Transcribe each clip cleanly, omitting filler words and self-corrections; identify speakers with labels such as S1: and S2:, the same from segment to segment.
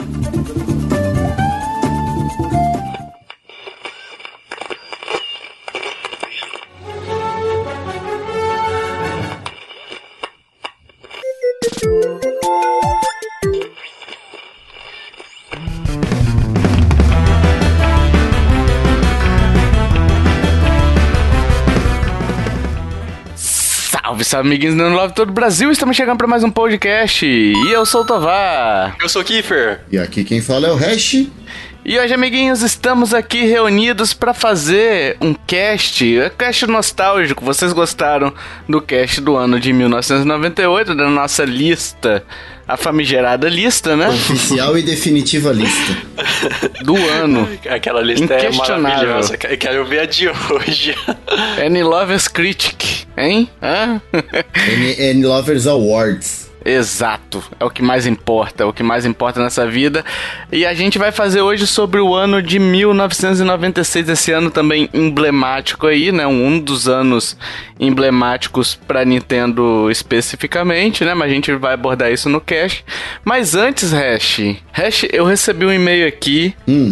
S1: Salve, amiguinhos do Love todo o Brasil, estamos chegando para mais um podcast. E eu sou o Tovar.
S2: Eu sou o Kiefer.
S3: E aqui quem fala é o Hash.
S1: E hoje, amiguinhos, estamos aqui reunidos para fazer um cast nostálgico. Vocês gostaram do cast do ano de 1998, da nossa lista, a famigerada lista, né?
S3: Oficial e definitiva lista.
S1: Do ano.
S2: Aquela lista é maravilhosa. Eu quero ver a de hoje.
S1: Any Lovers Critic, hein?
S3: Any Lovers Awards.
S1: Exato, é o que mais importa, nessa vida. E a gente vai fazer hoje sobre o ano de 1996, esse ano também emblemático aí, né? Um dos anos emblemáticos pra Nintendo especificamente, né? Mas a gente vai abordar isso no cast. Mas antes, Hash, eu recebi um e-mail aqui,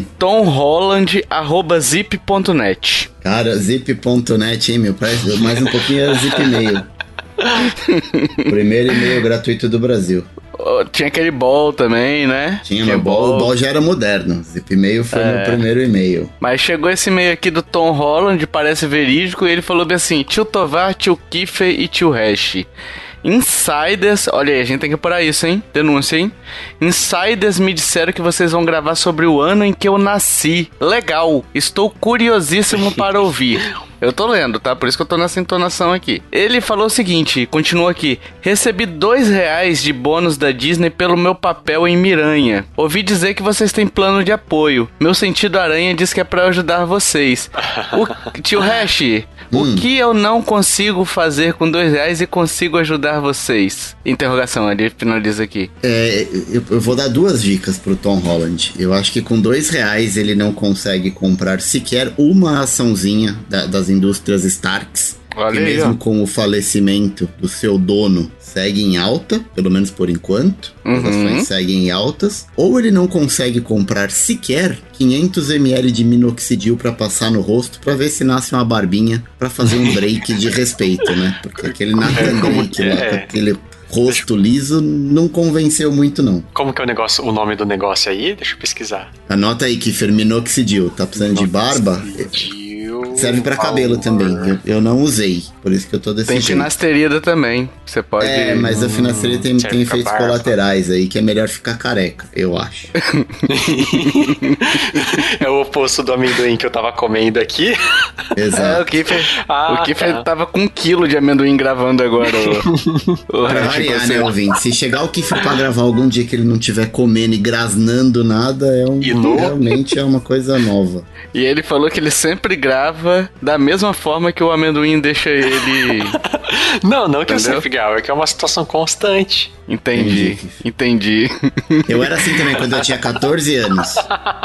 S1: tomholland@zip.net.
S3: Cara, zip.net, hein, meu? Parece mais um pouquinho era zip-mail. Primeiro e-mail gratuito do Brasil.
S1: Tinha aquele ball também, né?
S3: Tinha, mas o ball já era moderno. Zip-mail foi meu primeiro e-mail.
S1: Mas chegou esse e-mail aqui do Tom Holland, parece verídico, e ele falou bem assim: tio Tovar, tio Kiefer e tio Hash. Insiders, olha aí, a gente tem que parar isso, hein? Denúncia, hein? Insiders me disseram que vocês vão gravar sobre o ano em que eu nasci. Legal, estou curiosíssimo para ouvir. Eu tô lendo, tá? Por isso que eu tô nessa entonação aqui. Ele falou o seguinte, continua aqui: recebi R$2 de bônus da Disney pelo meu papel em Miranha. Ouvi dizer que vocês têm plano de apoio. Meu sentido aranha diz que é pra ajudar vocês. Tio Hash, o que eu não consigo fazer com R$2 e consigo ajudar vocês? Interrogação, ele finaliza aqui.
S3: Eu vou dar duas dicas pro Tom Holland. Eu acho que com R$2 ele não consegue comprar sequer uma açãozinha das indústrias Starks.
S1: Olha
S3: que
S1: aí,
S3: mesmo
S1: ó,
S3: com o falecimento do seu dono, segue em alta, pelo menos por enquanto. As ações seguem em altas. Ou ele não consegue comprar sequer 500 ml de minoxidil pra passar no rosto, pra ver se nasce uma barbinha, pra fazer um break de respeito, né? Porque aquele Nathan Drake lá, com aquele rosto liso, não convenceu muito, não.
S2: Como que é o nome do negócio aí? Deixa eu pesquisar.
S3: Anota aí, Kiefer, minoxidil. Tá precisando de barba? Serve pra cabelo também. Eu não usei, por isso que eu tô desse
S1: tem
S3: jeito.
S1: finasterida também. Você pode...
S3: mas a finasterida tem efeitos colaterais aí, que é melhor ficar careca, eu acho.
S2: É o oposto do amendoim que eu tava comendo aqui.
S3: Exato.
S1: O Kiefer tava com 1 quilo de amendoim gravando agora.
S3: Pra variar, né, ouvinte? Se chegar o Kiefer pra gravar algum dia que ele não tiver comendo e grasnando nada, realmente é uma coisa nova.
S1: E ele falou que ele sempre grava da mesma forma que o amendoim deixa ele...
S2: Não que eu sempre gravo, é que é uma situação constante.
S1: Entendi.
S3: Eu era assim também quando eu tinha 14 anos.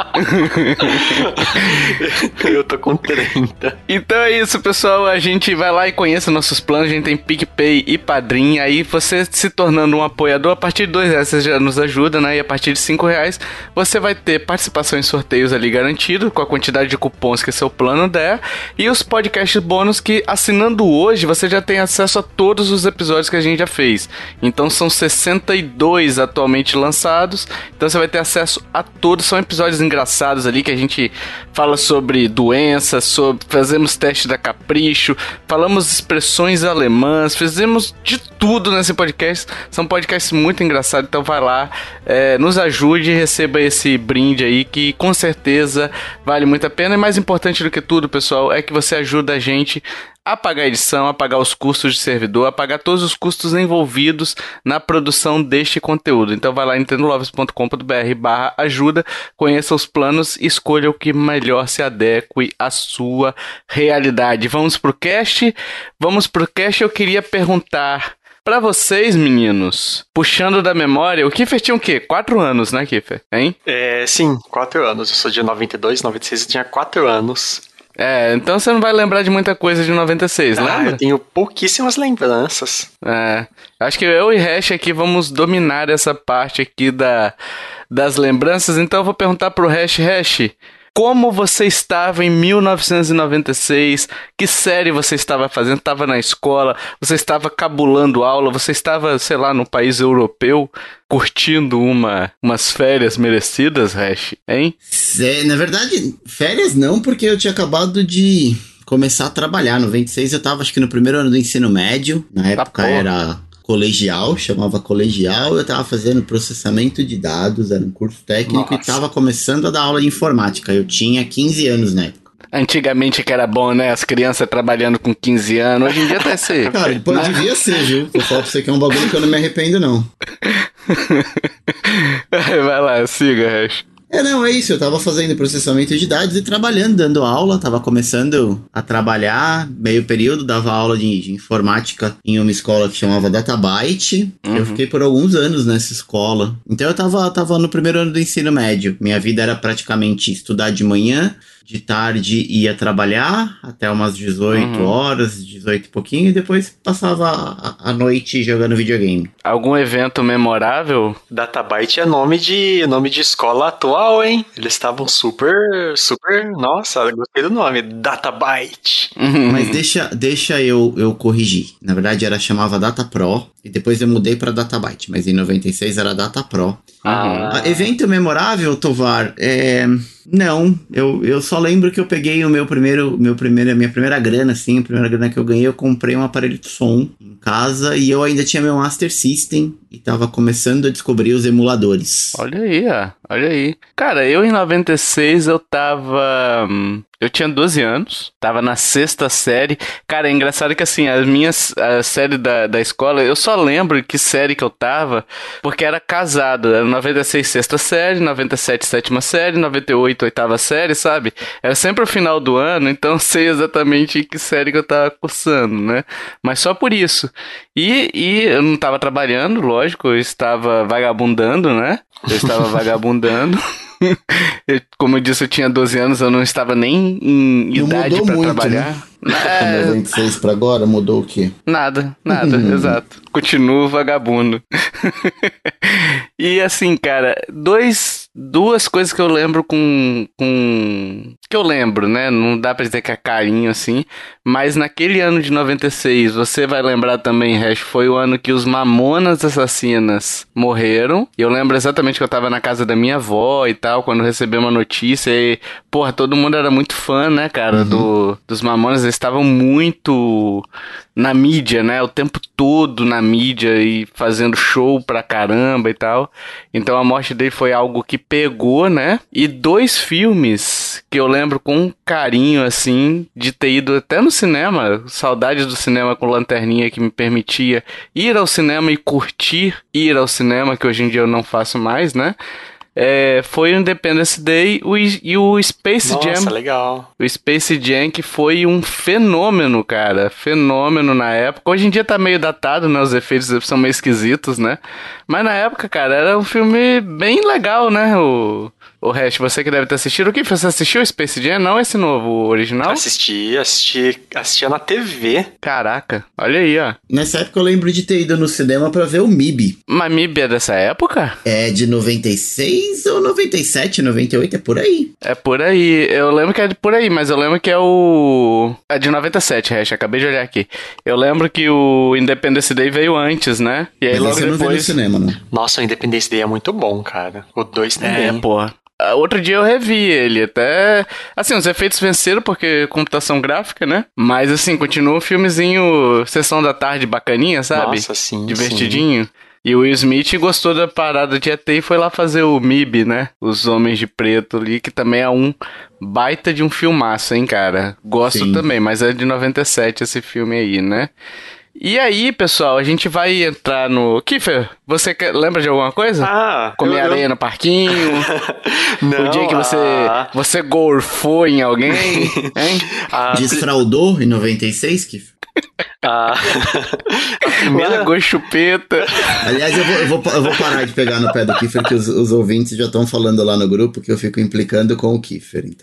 S2: Eu tô com 30.
S1: Então é isso, pessoal. A gente vai lá e conheça nossos planos. A gente tem PicPay e Padrim. Aí você se tornando um apoiador, a partir de R$2 você já nos ajuda, né? E a partir de R$5 você vai ter participação em sorteios ali garantido, com a quantidade de cupons que seu plano der. E os podcasts bônus que, assinando hoje, você já tem acesso a todos os episódios que a gente já fez. Então são 62 atualmente lançados, então você vai ter acesso a todos. São episódios engraçados ali que a gente fala sobre doenças, fazemos teste da Capricho, falamos expressões alemãs, fizemos de tudo nesse podcast. São podcasts muito engraçados, então vai lá, nos ajude e receba esse brinde aí que com certeza vale muito a pena. E mais importante do que tudo, pessoal, é que você ajuda a gente a pagar a edição, a pagar os custos de servidor, a pagar todos os custos envolvidos na produção deste conteúdo. Então vai lá em nintendolovers.com.br/ajuda, conheça os planos e escolha o que melhor se adeque à sua realidade. Vamos pro cast? Eu queria perguntar pra vocês, meninos, puxando da memória, o Kiefer tinha o quê? 4 anos, né, Kiefer? Hein?
S2: Sim, 4 anos. Eu sou de 92, 96 e tinha 4 anos.
S1: Então você não vai lembrar de muita coisa de 96, lembra?
S2: Eu tenho pouquíssimas lembranças.
S1: Acho que eu e Hash aqui vamos dominar essa parte aqui das lembranças, então eu vou perguntar pro Hash, como você estava em 1996? Que série você estava fazendo? Estava na escola? Você estava cabulando aula? Você estava, sei lá, num país europeu, curtindo umas férias merecidas, Hash, hein?
S3: Na verdade, férias não, porque eu tinha acabado de começar a trabalhar. No 26 eu tava, acho que no primeiro ano do ensino médio. Na época era colegial, chamava colegial. Eu tava fazendo processamento de dados, era um curso técnico. Nossa. E tava começando a dar aula de informática. Eu tinha 15 anos na época.
S1: Antigamente que era bom, né? As crianças trabalhando com 15 anos. Hoje em dia até ser.
S3: Cara, devia ser, viu? Vou falar pra você que é um bagulho que eu não me arrependo, não.
S1: Vai lá, siga, Hash.
S3: Não, é isso, eu tava fazendo processamento de dados e trabalhando, dando aula, tava começando a trabalhar, meio período, dava aula de informática em uma escola que chamava Databyte. Eu fiquei por alguns anos nessa escola. Então eu tava no primeiro ano do ensino médio. Minha vida era praticamente estudar de manhã, de tarde ia trabalhar até umas 18 horas, 18 e pouquinho, e depois passava a noite jogando videogame.
S1: Algum evento memorável?
S2: Databyte é nome de escola atual, hein? Eles estavam super... Nossa, eu gostei do nome, Databyte.
S3: Mas deixa eu corrigir. Na verdade, chamava Data Pro, e depois eu mudei pra Databyte, mas em 96 era Data Pro. Evento memorável, Tovar, não, eu só lembro que eu peguei minha primeira grana, assim, a primeira grana que eu ganhei, eu comprei um aparelho de som em casa e eu ainda tinha meu Master System e tava começando a descobrir os emuladores.
S1: Olha aí. Cara, eu em 96 eu tinha 12 anos, tava na 6ª série. Cara, é engraçado que assim, a série da escola, eu só lembro que série que eu tava, porque era casado. Era 96 6ª série, 97 7ª série, 98 8ª série, sabe? Era sempre o final do ano, então eu sei exatamente que série que eu tava cursando, né? Mas só por isso. E eu não tava trabalhando, lógico, eu estava vagabundando, né? Como eu disse, eu tinha 12 anos, eu não estava nem em idade pra trabalhar.
S3: Né? 96 pra agora, mudou o quê?
S1: Nada, exato. Continuo vagabundo. E assim, cara, duas coisas que eu lembro que eu lembro, né? Não dá pra dizer que é carinho, assim. Mas naquele ano de 96, você vai lembrar também, Hash, foi o ano que os Mamonas Assassinas morreram. E eu lembro exatamente que eu tava na casa da minha avó e tal, quando recebi uma notícia. E, porra, todo mundo era muito fã, né, cara, dos Mamonas. Eles estavam muito na mídia, né? O tempo todo na mídia e fazendo show pra caramba e tal. Então a morte dele foi algo que pegou, né? E 2 filmes que eu lembro com carinho, assim, de ter ido até no cinema. Saudades do cinema com lanterninha que me permitia ir ao cinema e curtir ir ao cinema, que hoje em dia eu não faço mais, né? Foi o Independence Day e o Space Jam.
S2: Nossa, legal.
S1: O Space Jam, que foi um fenômeno, cara. Fenômeno na época. Hoje em dia tá meio datado, né? Os efeitos são meio esquisitos, né? Mas na época, cara, era um filme bem legal, né? O Hash, você que deve ter assistido. O que? Você assistiu o Space Jam? Não esse novo, o original?
S2: Assistia na TV.
S1: Caraca, olha aí, ó.
S3: Nessa época eu lembro de ter ido no cinema pra ver o MIB.
S1: Mas MIB é dessa época?
S3: É de 96 ou 97, 98, é por aí.
S1: É por aí, eu lembro que é por aí, mas eu lembro que é de 97, Hash, acabei de olhar aqui. Eu lembro que o Independence Day veio antes, né? E aí
S3: mas
S1: logo
S3: você não
S1: depois...
S3: viu no cinema, né?
S2: Nossa, o Independence Day é muito bom, cara. O 2 também.
S1: Porra. Outro dia eu revi ele, até... Assim, os efeitos venceram porque computação gráfica, né? Mas, assim, continua um filmezinho Sessão da Tarde bacaninha, sabe?
S2: Nossa, sim,
S1: divertidinho.
S2: Sim.
S1: E o Will Smith gostou da parada de ET e foi lá fazer o MIB, né? Os Homens de Preto ali, que também é um baita de um filmaço, hein, cara? Gosto também, mas é de 97 esse filme aí, né? E aí, pessoal, a gente vai entrar no... Kiffer, você lembra de alguma coisa? Comer areia no parquinho?
S2: Não,
S1: o dia que você gorfou em alguém? Hein?
S3: Desfraudou em 96, Kiffer?
S2: A primeira...
S1: Largou chupeta.
S3: Aliás, eu vou parar de pegar no pé do Kiffer, que os ouvintes já estão falando lá no grupo que eu fico implicando com o Kiffer, então...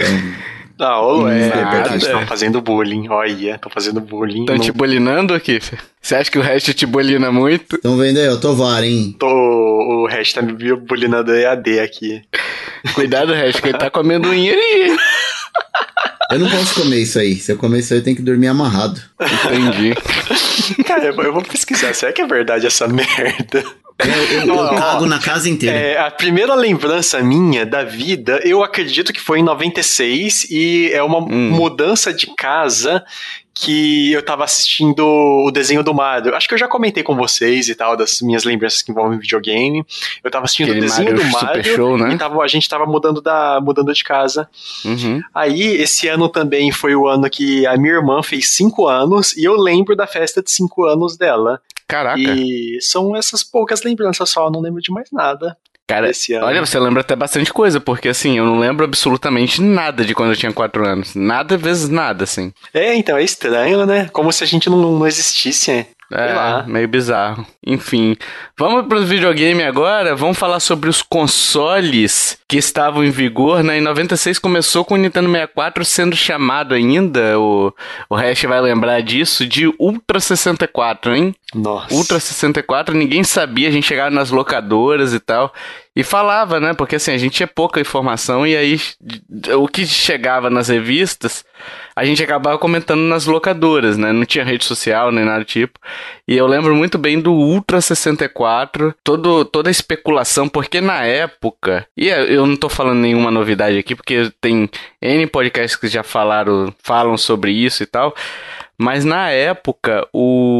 S2: É verdade, estão fazendo bullying. Olha, estão fazendo bullying.
S1: Estão te bullyingando, Kiffer? Você acha que o resto te bullyina muito?
S3: Estão vendo aí, o Tovar, hein?
S2: O Hash tá me bulinando EAD aqui.
S1: Cuidado, Hash, que ele tá com amendoim ali.
S3: Eu não posso comer isso aí. Se eu comer isso aí, eu tenho que dormir amarrado.
S1: Entendi.
S2: Cara, eu vou pesquisar. Será que é verdade essa merda?
S3: Eu cago na casa inteira.
S2: A primeira lembrança minha da vida, eu acredito que foi em 96 e é uma mudança de casa que eu tava assistindo o desenho do Mario. Acho que eu já comentei com vocês e tal, das minhas lembranças que envolvem videogame. Eu tava assistindo aquele o desenho do Mario Show, né? E a gente tava mudando de casa.
S1: Uhum.
S2: Aí, esse ano também foi o ano que a minha irmã fez 5 anos e eu lembro da festa de 5 anos dela.
S1: Caraca.
S2: E são essas poucas lembranças só, eu não lembro de mais nada.
S1: Cara, olha, você lembra até bastante coisa, porque assim, eu não lembro absolutamente nada de quando eu tinha 4 anos. Nada vezes nada, assim.
S2: Então, é estranho, né? Como se a gente não existisse, né?
S1: Meio bizarro. Enfim, vamos pro videogame agora. Vamos falar sobre os consoles que estavam em vigor, né? Em 96 começou com o Nintendo 64 sendo chamado ainda, o Hash vai lembrar disso, de Ultra 64, hein?
S2: Nossa.
S1: Ultra 64, ninguém sabia, a gente chegava nas locadoras e tal, e falava, né? Porque assim, a gente tinha pouca informação e aí o que chegava nas revistas, a gente acabava comentando nas locadoras, né? Não tinha rede social nem nada do tipo. E eu lembro muito bem do Ultra 64, toda a especulação, porque na época, e eu não tô falando nenhuma novidade aqui, porque tem N podcasts que já falam sobre isso e tal, mas na época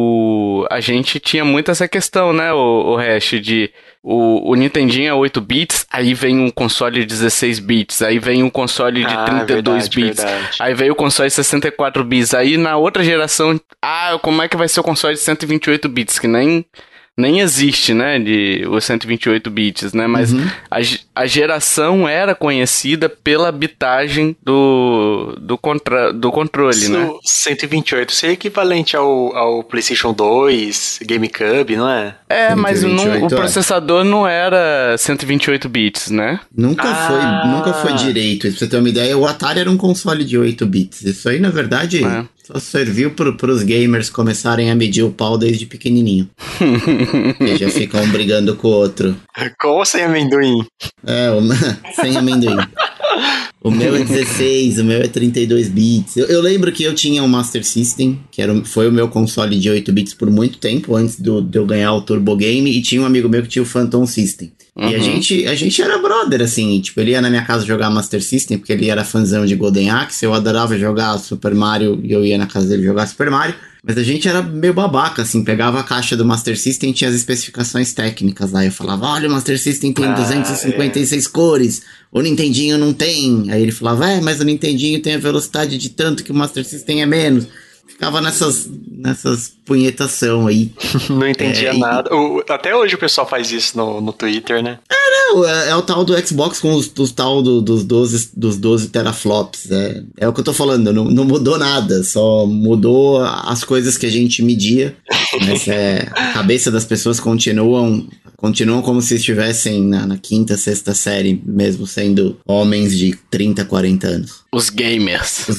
S1: a gente tinha muito essa questão, né, o Hash, de o Nintendinho é 8 bits, aí vem um console de 16 bits, aí vem um console de 32 bits, aí veio o console de 64 bits, aí na outra geração, como é que vai ser o console de 128 bits, que nem existe, né, os 128 bits, né, mas a geração era conhecida pela bitagem do controle, né.
S2: 128 seria equivalente ao PlayStation 2, GameCube, não é?
S1: Mas o processador não era 128 bits, né?
S3: Nunca foi direito. Pra você ter uma ideia, o Atari era um console de 8 bits. Isso aí, na verdade, só serviu pros gamers começarem a medir o pau desde pequenininho. E já ficam um brigando com o outro.
S2: Com ou sem amendoim?
S3: Sem amendoim. O meu é 16, o meu é 32 bits. Eu lembro que eu tinha um Master System, que foi o meu console de 8 bits por muito tempo, antes de eu ganhar o Turbo Game, e tinha um amigo meu que tinha o Phantom System. E a gente era brother, assim, tipo, ele ia na minha casa jogar Master System, porque ele era fãzão de Golden Axe, eu adorava jogar Super Mario, e eu ia na casa dele jogar Super Mario. Mas a gente era meio babaca, assim, pegava a caixa do Master System e tinha as especificações técnicas lá. Eu falava, olha, o Master System tem 256 cores, o Nintendinho não tem. Aí ele falava, mas o Nintendinho tem a velocidade de tanto que o Master System é menos. Ficava nessas punhetação aí.
S2: Não entendia nada. Até hoje o pessoal faz isso no Twitter, né?
S3: É o tal do Xbox com os tal dos 12 teraflops. É o que eu tô falando, não mudou nada, só mudou as coisas que a gente media. Mas a cabeça das pessoas continuam como se estivessem na quinta, sexta série, mesmo sendo homens de 30, 40 anos.
S1: Os gamers.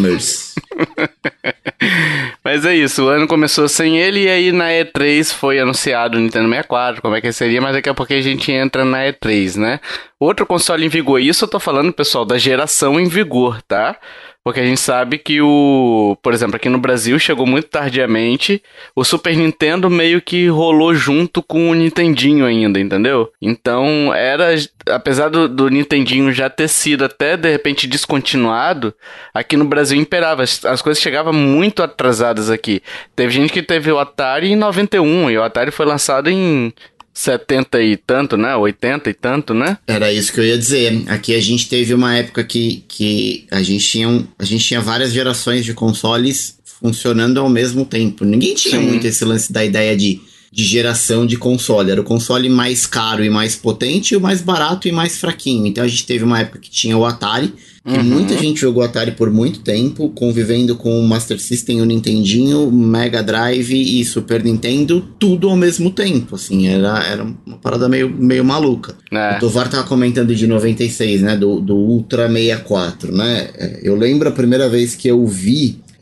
S1: Mas é isso, o ano começou sem ele e aí na E3 foi anunciado o Nintendo 64, como é que seria, mas daqui a pouco a gente entra na E3, né? Outro console em vigor, isso eu tô falando, pessoal, da geração em vigor, tá? Porque a gente sabe que por exemplo, aqui no Brasil chegou muito tardiamente, o Super Nintendo meio que rolou junto com o Nintendinho ainda, entendeu? Então apesar do Nintendinho já ter sido até de repente descontinuado, aqui no Brasil imperava, as coisas chegavam muito atrasadas aqui. Teve gente que teve o Atari em 91 e o Atari foi lançado em 70 e tanto, né? 80 e tanto, né?
S3: Era isso que eu ia dizer. Aqui a gente teve uma época que a gente tinha várias gerações de consoles funcionando ao mesmo tempo. Ninguém tinha muito esse lance da ideia de geração de console. Era o console mais caro e mais potente e o mais barato e mais fraquinho. Então a gente teve uma época que tinha o Atari, que muita gente jogou Atari por muito tempo, convivendo com o Master System, o Nintendinho, Mega Drive e Super Nintendo, tudo ao mesmo tempo, assim, era uma parada meio maluca. O Tovar tava comentando de 96, né, do Ultra 64, né, eu lembro a primeira vez que eu vi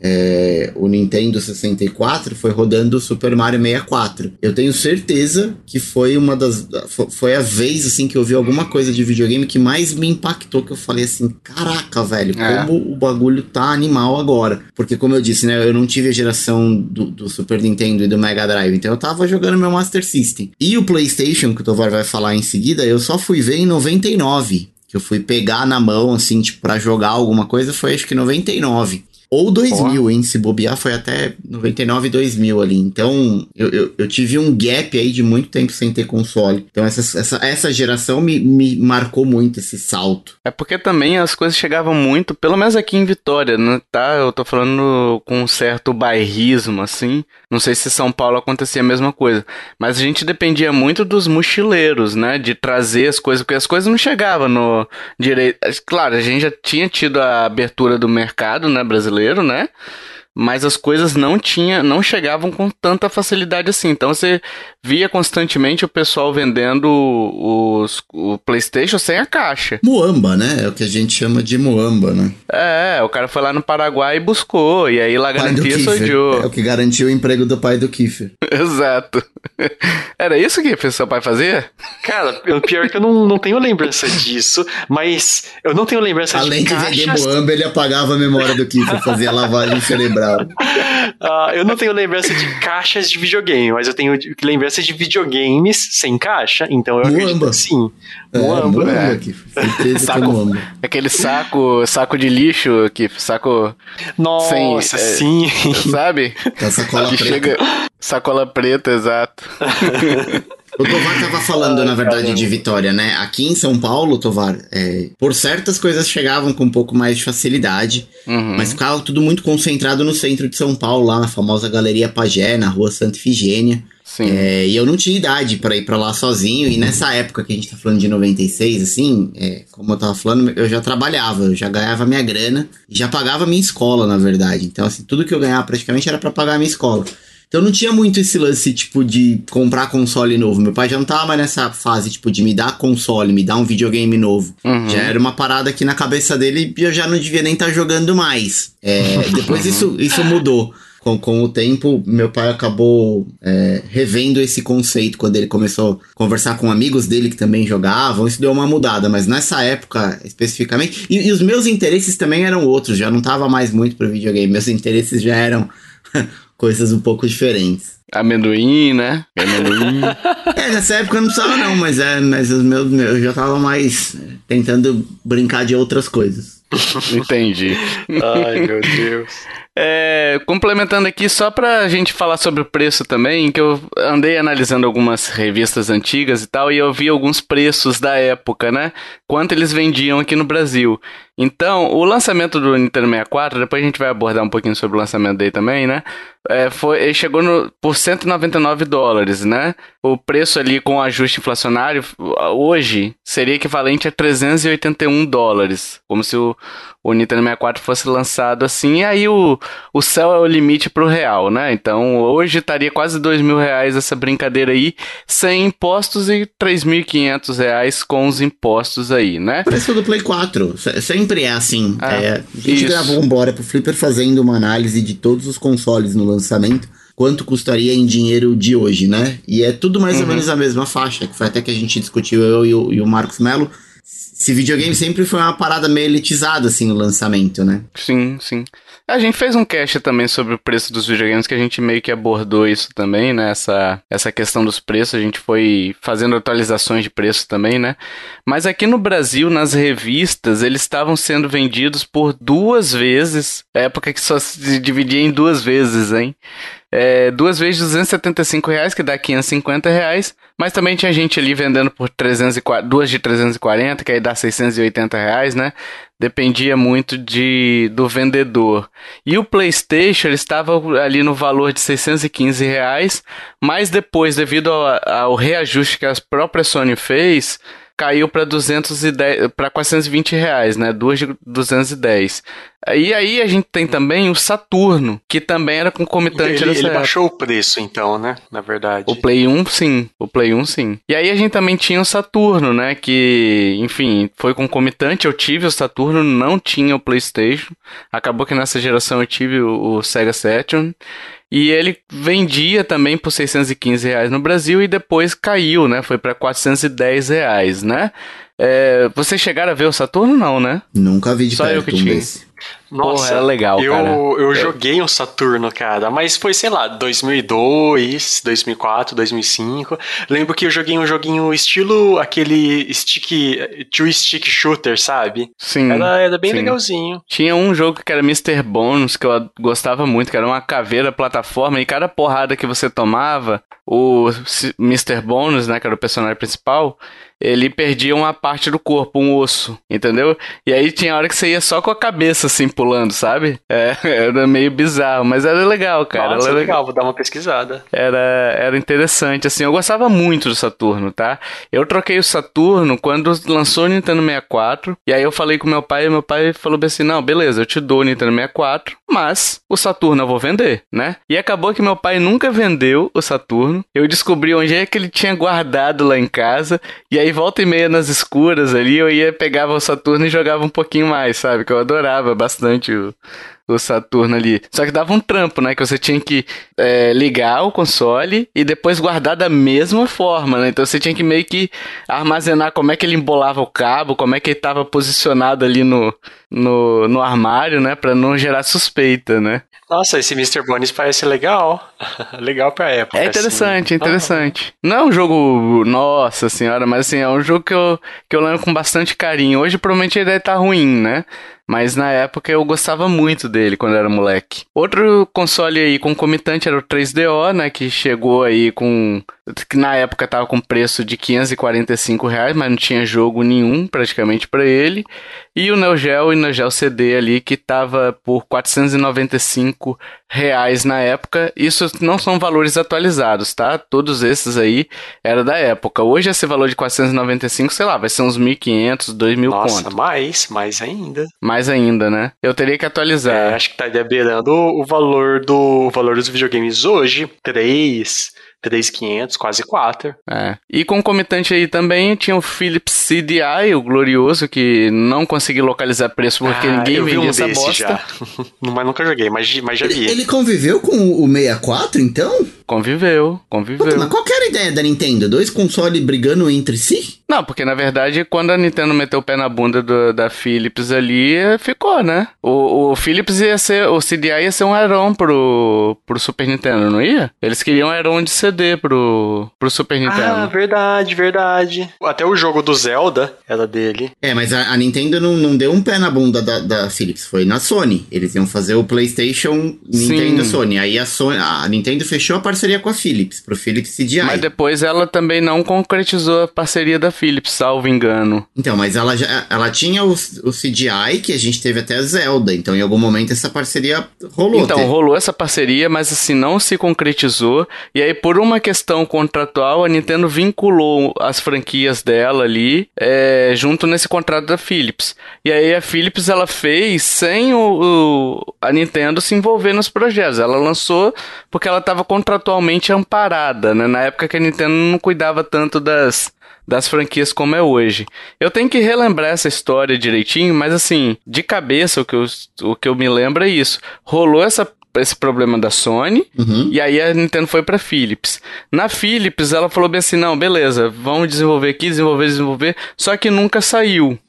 S3: o Nintendo 64 foi rodando o Super Mario 64. Eu tenho certeza que foi foi a vez, assim, que eu vi alguma coisa de videogame que mais me impactou, que eu falei assim, caraca, velho, como o bagulho tá animal agora. Porque, como eu disse, né, eu não tive a geração do Super Nintendo e do Mega Drive, então eu tava jogando meu Master System. E o PlayStation, que o Tovar vai falar em seguida, eu só fui ver em 99. Que eu fui pegar na mão, assim, tipo, pra jogar alguma coisa, foi acho que 99. Ou 2000, hein? Se bobear, foi até 99 e 2000 ali. Então, eu tive um gap aí de muito tempo sem ter console. Então, essa geração me marcou muito, esse salto.
S1: É porque também as coisas chegavam muito, pelo menos aqui em Vitória, né? Tá? Eu tô falando com um certo bairrismo, assim. Não sei se em São Paulo acontecia a mesma coisa. Mas a gente dependia muito dos mochileiros, né? De trazer as coisas, porque as coisas não chegavam no direito. Claro, a gente já tinha tido a abertura do mercado, né, brasileiro, né? Mas as coisas não chegavam com tanta facilidade assim. Então você via constantemente o pessoal vendendo o PlayStation sem a caixa.
S3: Muamba, né? É o que a gente chama de muamba, né?
S1: O cara foi lá no Paraguai e buscou, e aí lá garantia sou
S3: É o que garantiu o emprego do pai do Kiefer.
S1: Exato. Era isso que o seu pai fazia?
S2: Cara, o pior é que eu não tenho lembrança disso, mas eu não tenho lembrança
S3: Além
S2: de caixas...
S3: Além de vender muamba, ele apagava a memória do Kiefer, fazia lavagem cerebral.
S2: Eu não tenho lembrança de caixas de videogame, mas eu tenho lembrança de videogames sem caixa, então eu acredito que sim.
S3: Muamba, certeza que é muamba.
S1: Aquele saco de lixo, saco...
S2: Nossa, sim.
S1: Sabe?
S3: A sacola preta.
S1: Sacola preta, exato.
S3: O Tovar tava falando, na verdade, de Vitória, né? Aqui em São Paulo, Tovar, por certas coisas chegavam com um pouco mais de facilidade, mas ficava tudo muito concentrado no centro de São Paulo, lá na famosa Galeria Pagé, na rua Santa Ifigênia.
S1: Sim.
S3: E eu não tinha idade pra ir pra lá sozinho, e nessa época que a gente tá falando de 96, assim, como eu tava falando, eu já trabalhava, eu já ganhava minha grana, e já pagava minha escola, na verdade. Então, assim, tudo que eu ganhava praticamente era pra pagar a minha escola. Então não tinha muito esse lance, tipo, de comprar console novo. Meu pai já não tava mais nessa fase, tipo, de me dar console, me dar um videogame novo. Já era uma parada que na cabeça dele eu já não devia nem estar jogando mais. Depois isso mudou. Com o tempo, meu pai acabou revendo esse conceito quando ele começou a conversar com amigos dele que também jogavam. Isso deu uma mudada, mas nessa época especificamente... E os meus interesses também eram outros, já não tava mais muito pro videogame. Meus interesses já eram... coisas um pouco diferentes.
S1: Amendoim, né? Amendoim.
S3: Nessa época eu não precisava não, mas os meus eu já tava mais tentando brincar de outras coisas.
S1: Entendi.
S2: Ai, meu Deus.
S1: Complementando aqui, só pra gente falar sobre o preço também, que eu andei analisando algumas revistas antigas e tal, e eu vi alguns preços da época, né? Quanto eles vendiam aqui no Brasil. Então, o lançamento do Nintendo 64, depois a gente vai abordar um pouquinho sobre o lançamento dele também, né? Ele chegou por $199, né? O preço ali com o ajuste inflacionário, hoje, seria equivalente a $381. Como se o Nintendo 64 fosse lançado assim, e aí o céu é o limite pro real, né? Então, hoje estaria quase R$2.000 essa brincadeira aí, sem impostos, e R$3.500 com os impostos aí, né?
S3: Preço do Play 4, sempre é assim. A gente gravou um Bora pro Flipper fazendo uma análise de todos os consoles no lançamento, quanto custaria em dinheiro de hoje, né? E é tudo mais ou menos a mesma faixa, que foi até que a gente discutiu, eu e o Marcos Melo. Esse videogame sempre foi uma parada meio elitizada, assim, no lançamento, né?
S1: Sim, sim. A gente fez um cast também sobre o preço dos videogames, que a gente meio que abordou isso também, né? Essa questão dos preços, a gente foi fazendo atualizações de preço também, né? Mas aqui no Brasil, nas revistas, eles estavam sendo vendidos por 2 vezes, época que só se dividia em 2 vezes, hein? 2 vezes R$275, que dá R$550, mas também tinha gente ali vendendo por 2 de 340, que aí dá R$680, né? Dependia muito do vendedor. E o PlayStation, ele estava ali no valor de R$615, mas depois, devido ao reajuste que a própria Sony fez, caiu para 210, para R$420, né? Duas de 210. E aí a gente tem também o Saturno, que também era concomitante nessa
S2: Ele
S1: época.
S2: baixou o preço, então, né? Na verdade.
S1: O Play 1, sim. O Play 1, sim. E aí a gente também tinha o Saturno, né? Que, enfim, foi concomitante. Eu tive o Saturno, não tinha o PlayStation. Acabou que nessa geração eu tive o Sega Saturn. E ele vendia também por R$615 no Brasil e depois caiu, né? Foi para R$410, né? Vocês chegaram a ver o Saturno, não, né?
S3: Nunca vi de
S1: Só eu
S3: perto
S1: que tinha.
S3: desse.
S2: Nossa,
S1: porra, era legal, cara.
S2: Eu joguei um Saturno, cara, mas foi, sei lá, 2002, 2004, 2005. Lembro que eu joguei um joguinho estilo aquele two-stick shooter, sabe?
S1: Sim.
S2: Era bem
S1: sim.
S2: legalzinho.
S1: Tinha um jogo que era Mr. Bones, que eu gostava muito, que era uma caveira plataforma, e cada porrada que você tomava, o Mr. Bones, né, que era o personagem principal, ele perdia uma parte do corpo, um osso, entendeu? E aí tinha hora que você ia só com a cabeça, assim, pulando, sabe? Era meio bizarro, mas era legal, cara.
S2: Nossa,
S1: era
S2: legal, vou dar uma pesquisada.
S1: Era interessante, assim, eu gostava muito do Saturno, tá? Eu troquei o Saturno quando lançou o Nintendo 64, e aí eu falei com meu pai, e meu pai falou assim, não, beleza, eu te dou o Nintendo 64, mas o Saturno eu vou vender, né? E acabou que meu pai nunca vendeu o Saturno, eu descobri onde é que ele tinha guardado lá em casa, e aí volta e meia nas escuras ali, eu pegava o Saturno e jogava um pouquinho mais, sabe? Que eu adorava bastante o Saturno ali. Só que dava um trampo, né? Que você tinha que ligar o console e depois guardar da mesma forma, né? Então você tinha que meio que armazenar como é que ele embolava o cabo, como é que ele estava posicionado ali no armário, né? Pra não gerar suspeita, né?
S2: Nossa, esse Mr. Bones parece legal. Legal pra época.
S1: É interessante,
S2: assim.
S1: interessante. Não é um jogo, nossa senhora, mas assim, é um jogo que eu lembro com bastante carinho. Hoje provavelmente ele deve estar ruim, né? Mas na época eu gostava muito dele quando eu era moleque. Outro console aí concomitante era o 3DO, né? Que chegou aí que na época tava com preço de R$545, mas não tinha jogo nenhum praticamente pra ele. E o Neo Geo e o Neo Geo CD ali que tava por R$495 na época. Isso não são valores atualizados, tá? Todos esses aí era da época. Hoje esse valor de 495, sei lá, vai ser uns 1.500, 2.000
S2: Nossa,
S1: conto.
S2: mais ainda.
S1: Mais ainda, né? Eu teria que atualizar.
S2: Acho que tá beirando o valor dos videogames hoje. 3.500, quase 4.
S1: E concomitante aí também tinha o Philips CDI, o glorioso, que não consegui localizar preço porque ninguém vendia essa bosta.
S2: Já. Mas nunca joguei, mas já vi.
S3: Ele conviveu com o 64, então?
S1: Conviveu.
S3: Puta, mas qual que era a ideia da Nintendo? Dois consoles brigando entre si?
S1: Não, porque na verdade quando a Nintendo meteu o pé na bunda da Philips ali, ficou, né? O Philips o CDI ia ser um add-on pro Super Nintendo, não ia? Eles queriam um add-on de CD pro Super Nintendo.
S2: Verdade. Até o jogo do Zelda era dele.
S3: Mas a Nintendo não deu um pé na bunda da Philips, foi na Sony. Eles iam fazer o PlayStation Nintendo Sony. Aí a Nintendo fechou a parceria com a Philips, pro Philips CDI.
S1: Mas depois ela também não concretizou a parceria da Philips, salvo engano.
S3: Então, mas ela tinha o CDI, que a gente teve até a Zelda. Então, em algum momento, essa parceria rolou.
S1: Então, rolou essa parceria, mas assim, não se concretizou. E aí, por uma questão contratual, a Nintendo vinculou as franquias dela ali, junto nesse contrato da Philips. E aí, a Philips, ela fez sem a Nintendo se envolver nos projetos. Ela lançou porque ela estava contratualmente amparada, né? Na época que a Nintendo não cuidava tanto das franquias como é hoje. Eu tenho que relembrar essa história direitinho, mas assim, de cabeça, o que eu me lembro é isso. Rolou esse problema da Sony, e aí a Nintendo foi pra Philips. Na Philips, ela falou bem assim, não, beleza, vamos desenvolver aqui, desenvolver, só que nunca saiu.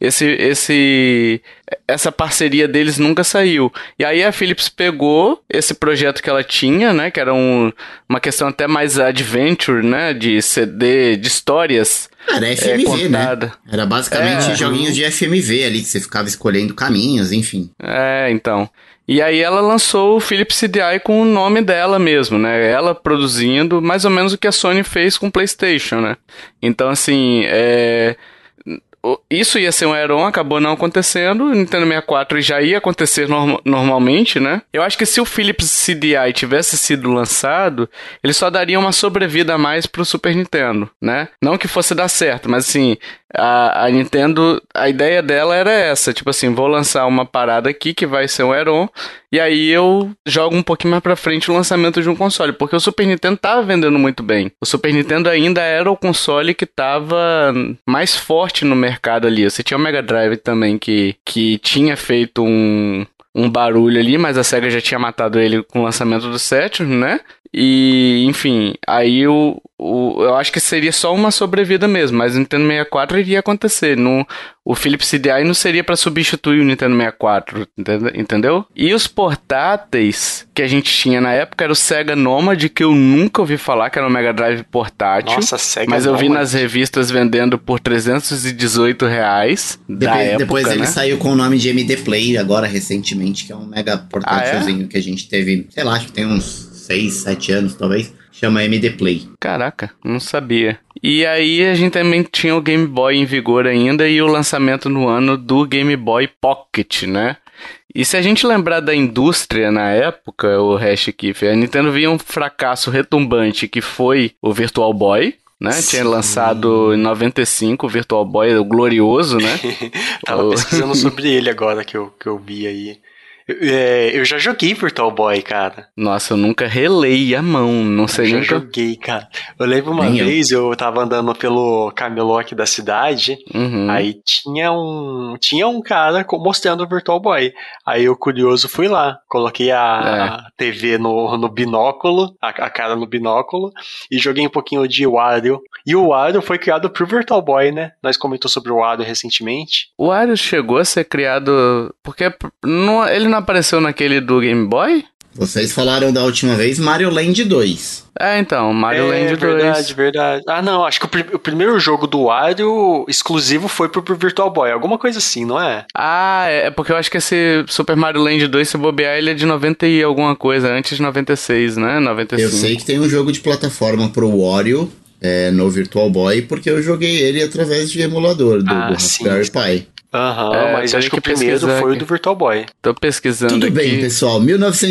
S1: Essa parceria deles nunca saiu. E aí a Philips pegou esse projeto que ela tinha, né, que era uma questão até mais adventure, né, de CD, de histórias.
S3: Era FMV, né? Era basicamente joguinhos de FMV ali, que você ficava escolhendo caminhos, enfim.
S1: Então. E aí ela lançou o Philips CDI com o nome dela mesmo, né? Ela produzindo mais ou menos o que a Sony fez com o PlayStation, né? Então, assim, isso ia ser um add-on, acabou não acontecendo. O Nintendo 64 já ia acontecer normalmente, né? Eu acho que se o Philips CDI tivesse sido lançado, ele só daria uma sobrevida a mais pro Super Nintendo, né? Não que fosse dar certo, mas assim, a Nintendo, a ideia dela era essa, tipo assim, vou lançar uma parada aqui que vai ser um Heron, e aí eu jogo um pouquinho mais pra frente o lançamento de um console, porque o Super Nintendo tava vendendo muito bem. O Super Nintendo ainda era o console que tava mais forte no mercado ali. Você tinha o Mega Drive também, que tinha feito um barulho ali, mas a SEGA já tinha matado ele com o lançamento do Saturn, né? E, enfim, aí eu acho que seria só uma sobrevida mesmo, mas o Nintendo 64 iria acontecer. O Philips CDI não seria para substituir o Nintendo 64, entendeu? E os portáteis que a gente tinha na época era o Sega Nomad, que eu nunca ouvi falar, que era um Mega Drive portátil.
S2: Nossa, Sega
S1: mas eu vi
S2: Nomad.
S1: Nas revistas vendendo por R$318 da época,
S3: depois ele
S1: né?
S3: saiu com o nome de MD Play, agora recentemente, que é um mega portátilzinho que a gente teve, sei lá, acho que tem uns 6, 7 anos talvez, chama MD Play.
S1: Caraca, não sabia. E aí a gente também tinha o Game Boy em vigor ainda e o lançamento no ano do Game Boy Pocket, né? E se a gente lembrar da indústria na época, o Hashkiff, a Nintendo via um fracasso retumbante que foi o Virtual Boy, né?
S3: Sim.
S1: Tinha lançado em 95 o Virtual Boy, o glorioso, né?
S2: Tava pesquisando sobre ele agora que eu vi aí. Eu já joguei Virtual Boy, cara.
S1: Nossa, eu nunca relei a mão, não sei
S2: Eu já
S1: nunca.
S2: joguei, cara. Eu lembro uma
S3: Nem eu.
S2: vez, eu tava andando pelo camelô aqui da cidade,
S1: Uhum.
S2: aí tinha um cara mostrando o Virtual Boy. Aí eu, curioso, fui lá, coloquei a TV no binóculo, a cara no binóculo, e joguei um pouquinho de Wario. E o Wario foi criado pro Virtual Boy, né? Nós comentamos sobre o Wario recentemente.
S1: O Wario chegou a ser criado... Porque ele não apareceu naquele do Game Boy?
S3: Vocês falaram da última vez Mario Land 2.
S1: Então, Mario Land 2.
S2: Verdade. Ah, não, acho que o primeiro jogo do Wario exclusivo foi pro Virtual Boy, alguma coisa assim, não é?
S1: É porque eu acho que esse Super Mario Land 2, se bobear, ele é de 90 e alguma coisa, antes de 96, né? 95.
S3: Eu sei que tem um jogo de plataforma pro Wario no Virtual Boy, porque eu joguei ele através de emulador do Raspberry Pi.
S2: Mas acho que o primeiro foi o do Virtual Boy.
S1: Tô pesquisando
S3: Tudo
S1: aqui.
S3: bem, pessoal,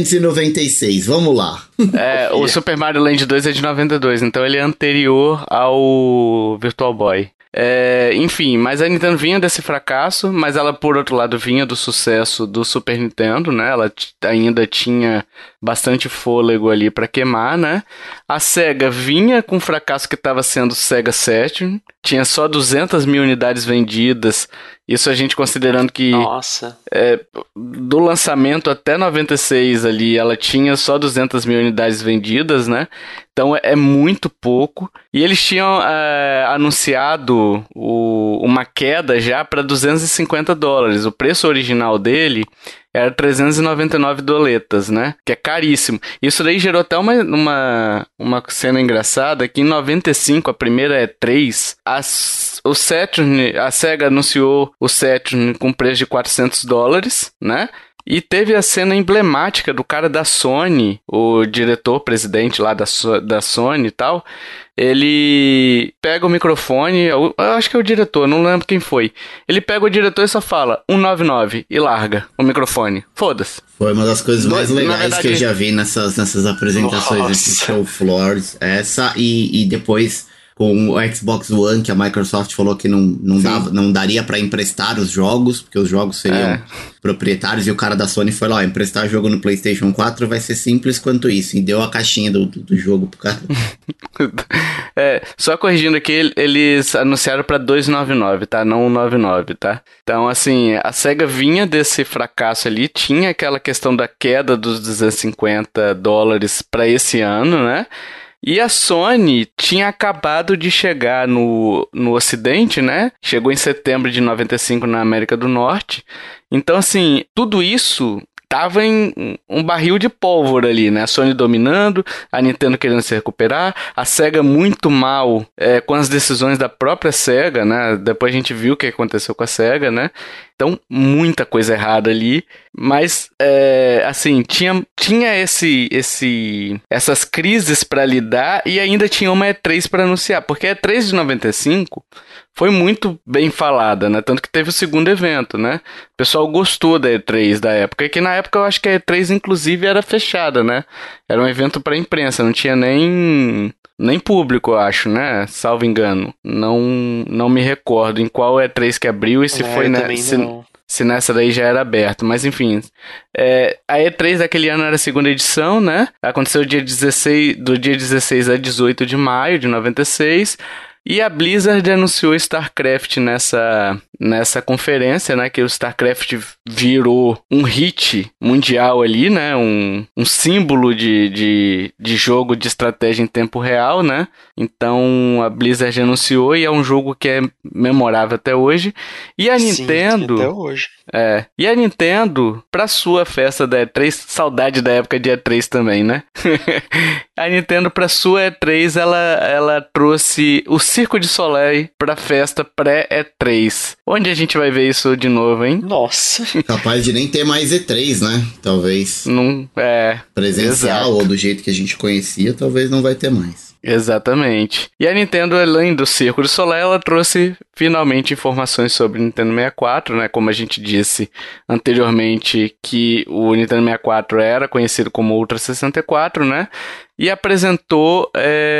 S3: 1996, vamos lá.
S1: O Super Mario Land 2 é de 92, então ele é anterior ao Virtual Boy. Enfim, mas a Nintendo vinha desse fracasso, mas ela, por outro lado, vinha do sucesso do Super Nintendo, né? Ela ainda tinha bastante fôlego ali pra queimar, né? A Sega vinha com o fracasso que estava sendo o Sega Saturn, tinha só 200 mil unidades vendidas, isso a gente considerando que...
S2: Nossa.
S1: Do lançamento até 96 ali, ela tinha só 200 mil unidades vendidas, né? Então é muito pouco. E eles tinham anunciado uma queda já para $250. O preço original dele era 399 doletas, né? Que é caríssimo. Isso daí gerou até uma cena engraçada, que em 95, a primeira E3, o Saturn, a Sega anunciou o Saturn com preço de $400, né? E teve a cena emblemática do cara da Sony, o diretor-presidente lá da Sony e tal. Ele pega o microfone, eu acho que é o diretor, não lembro quem foi. Ele pega o diretor e só fala 199 e larga o microfone. Foda-se.
S3: Foi uma das coisas mais legais
S1: verdade,
S3: que eu já vi nessas apresentações, nesses show floors. Essa e depois com o Xbox One, que a Microsoft falou que não daria pra emprestar os jogos, porque os jogos seriam proprietários, e o cara da Sony foi lá, emprestar jogo no PlayStation 4 vai ser simples quanto isso, e deu a caixinha do jogo pro cara.
S1: Só corrigindo aqui, eles anunciaram pra 299, tá? Não 199, tá? Então, assim, a SEGA vinha desse fracasso ali, tinha aquela questão da queda dos $250 pra esse ano, né? E a Sony tinha acabado de chegar no Ocidente, né? Chegou em setembro de 95 na América do Norte. Então, assim, tudo isso tava em um barril de pólvora ali, né? A Sony dominando, a Nintendo querendo se recuperar, a SEGA muito mal com as decisões da própria SEGA, né? Depois a gente viu o que aconteceu com a SEGA, né? Então, muita coisa errada ali, mas, assim, tinha essas crises para lidar e ainda tinha uma E3 para anunciar, porque a E3 de 95 foi muito bem falada, né? Tanto que teve o segundo evento, né? O pessoal gostou da E3 da época, e que na época eu acho que a E3 inclusive era fechada, né? Era um evento para imprensa, não tinha nem nem público, eu acho, né? Salvo engano. Não me recordo em qual E3 que abriu e se foi, né? Se nessa daí já era aberto, mas enfim. A E3 daquele ano era a segunda edição, né? Aconteceu do dia 16 a 18 de maio de 96. E a Blizzard anunciou StarCraft nessa conferência, né? Que o StarCraft virou um hit mundial ali, né? Um símbolo de jogo de estratégia em tempo real, né? Então a Blizzard anunciou e é um jogo que é memorável até hoje. E a Nintendo...
S2: Sim, até hoje.
S1: E a Nintendo, pra sua festa da E3, saudade da época de E3 também, né? A Nintendo, pra sua E3, ela trouxe o Circo de Soleil pra festa pré-E3. Onde a gente vai ver isso de novo, hein?
S2: Nossa.
S3: Capaz de nem ter mais E3, né? Talvez.
S1: Não,
S3: presencial,
S1: exato.
S3: ou do jeito que a gente conhecia, talvez não vai ter mais.
S1: Exatamente. E a Nintendo, além do Circo de Soleil, ela trouxe finalmente informações sobre o Nintendo 64, né? Como a gente disse anteriormente, que o Nintendo 64 era conhecido como Ultra 64, né? E apresentou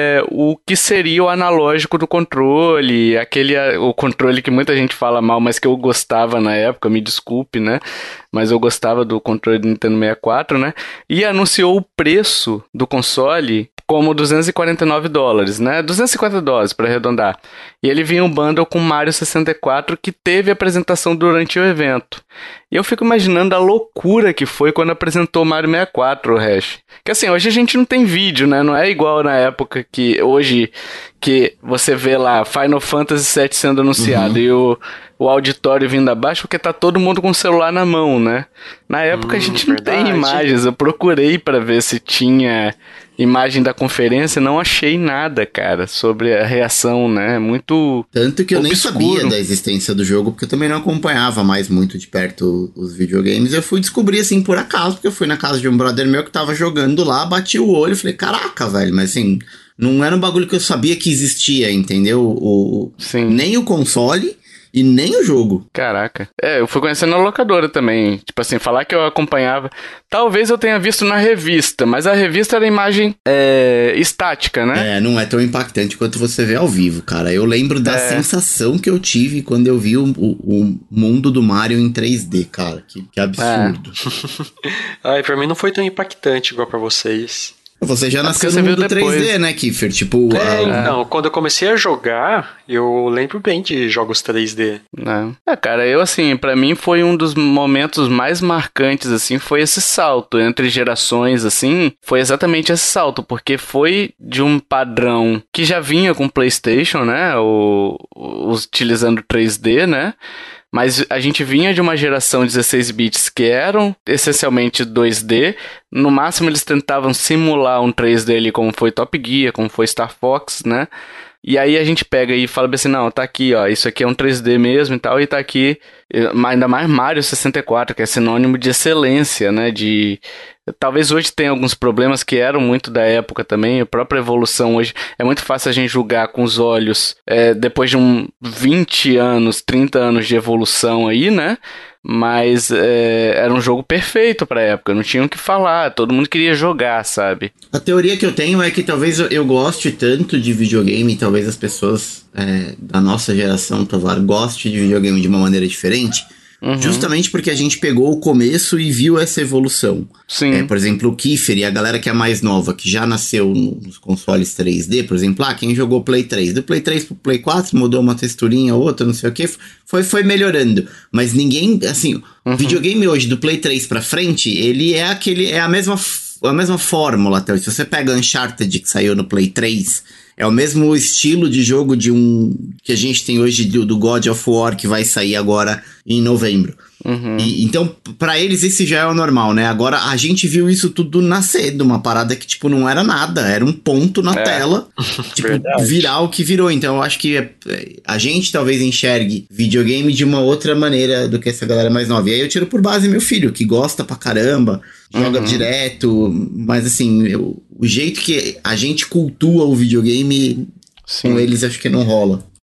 S1: o que seria o analógico do controle, o controle que muita gente fala mal, mas que eu gostava na época, me desculpe, né? Mas eu gostava do controle do Nintendo 64, né? E anunciou o preço do console como $249, né? $250 para arredondar. E ele vinha um bundle com Mario 64 que teve apresentação durante o evento. E eu fico imaginando a loucura que foi quando apresentou Mario 64, o Hash. Que assim, hoje a gente não tem vídeo, né? Não é igual na época que hoje que você vê lá Final Fantasy VII sendo anunciado e o auditório vindo abaixo, porque tá todo mundo com o celular na mão, né? Na época a gente não tem imagens. Eu procurei para ver se tinha imagem da conferência, não achei nada, cara, sobre a reação, né? Muito
S3: Tanto que eu nem
S1: obscuro.
S3: sabia da existência do jogo, porque eu também não acompanhava mais muito de perto os videogames. Eu fui descobrir, assim, por acaso, porque eu fui na casa de um brother meu que tava jogando lá, bati o olho e falei, caraca, velho, mas assim, não era um bagulho que eu sabia que existia, entendeu?
S1: Sim.
S3: Nem o console e nem o jogo.
S1: Caraca. Eu fui conhecendo na locadora também. Tipo assim, falar que eu acompanhava. Talvez eu tenha visto na revista, mas a revista era imagem estática, né?
S3: Não é tão impactante quanto você vê ao vivo, cara. Eu lembro da sensação que eu tive quando eu vi o mundo do Mario em 3D, cara. Que absurdo.
S2: Ai, pra mim não foi tão impactante igual pra vocês.
S3: Você já nasceu no mundo 3D, né, Kiefer? Tipo...
S2: Então, quando eu comecei a jogar, eu lembro bem de jogos 3D.
S1: Cara, eu assim, pra mim foi um dos momentos mais marcantes, assim, foi esse salto entre gerações, assim, foi exatamente esse salto, porque foi de um padrão que já vinha com PlayStation, né, utilizando 3D, né, mas a gente vinha de uma geração de 16 bits que eram essencialmente 2D. No máximo eles tentavam simular um 3D ali, como foi Top Gear, como foi Star Fox, né? E aí a gente pega e fala assim, não, tá aqui, ó, isso aqui é um 3D mesmo e tal, e tá aqui, ainda mais Mario 64, que é sinônimo de excelência, né, talvez hoje tenha alguns problemas que eram muito da época também, a própria evolução hoje, é muito fácil a gente julgar com os olhos, depois de 20 anos, 30 anos de evolução aí, né, mas era um jogo perfeito pra época, não tinha o que falar, todo mundo queria jogar, sabe?
S3: A teoria que eu tenho é que talvez eu goste tanto de videogame, talvez as pessoas da nossa geração, Tovar, gostem de videogame de uma maneira diferente, justamente porque a gente pegou o começo e viu essa evolução.
S1: Sim.
S3: Por exemplo, o Kiefer e a galera que é mais nova, que já nasceu nos consoles 3D, por exemplo, quem jogou Play 3, do Play 3 pro Play 4, mudou uma texturinha, outra, não sei o que, foi melhorando. Mas ninguém, assim, o videogame hoje, do Play 3 pra frente, ele é a mesma fórmula até hoje. Se você pega Uncharted, que saiu no Play 3... É o mesmo estilo de jogo que a gente tem hoje do God of War, que vai sair agora em novembro. Então, pra eles, esse já é o normal, né? Agora, a gente viu isso tudo nascer de uma parada que, tipo, não era nada. Era um ponto na tela, tipo, virar o que virou. Então, eu acho que a gente talvez enxergue videogame de uma outra maneira do que essa galera mais nova. E aí eu tiro por base meu filho, que gosta pra caramba, joga direto, mas assim, o jeito que a gente cultua o videogame, com eles acho que não rola.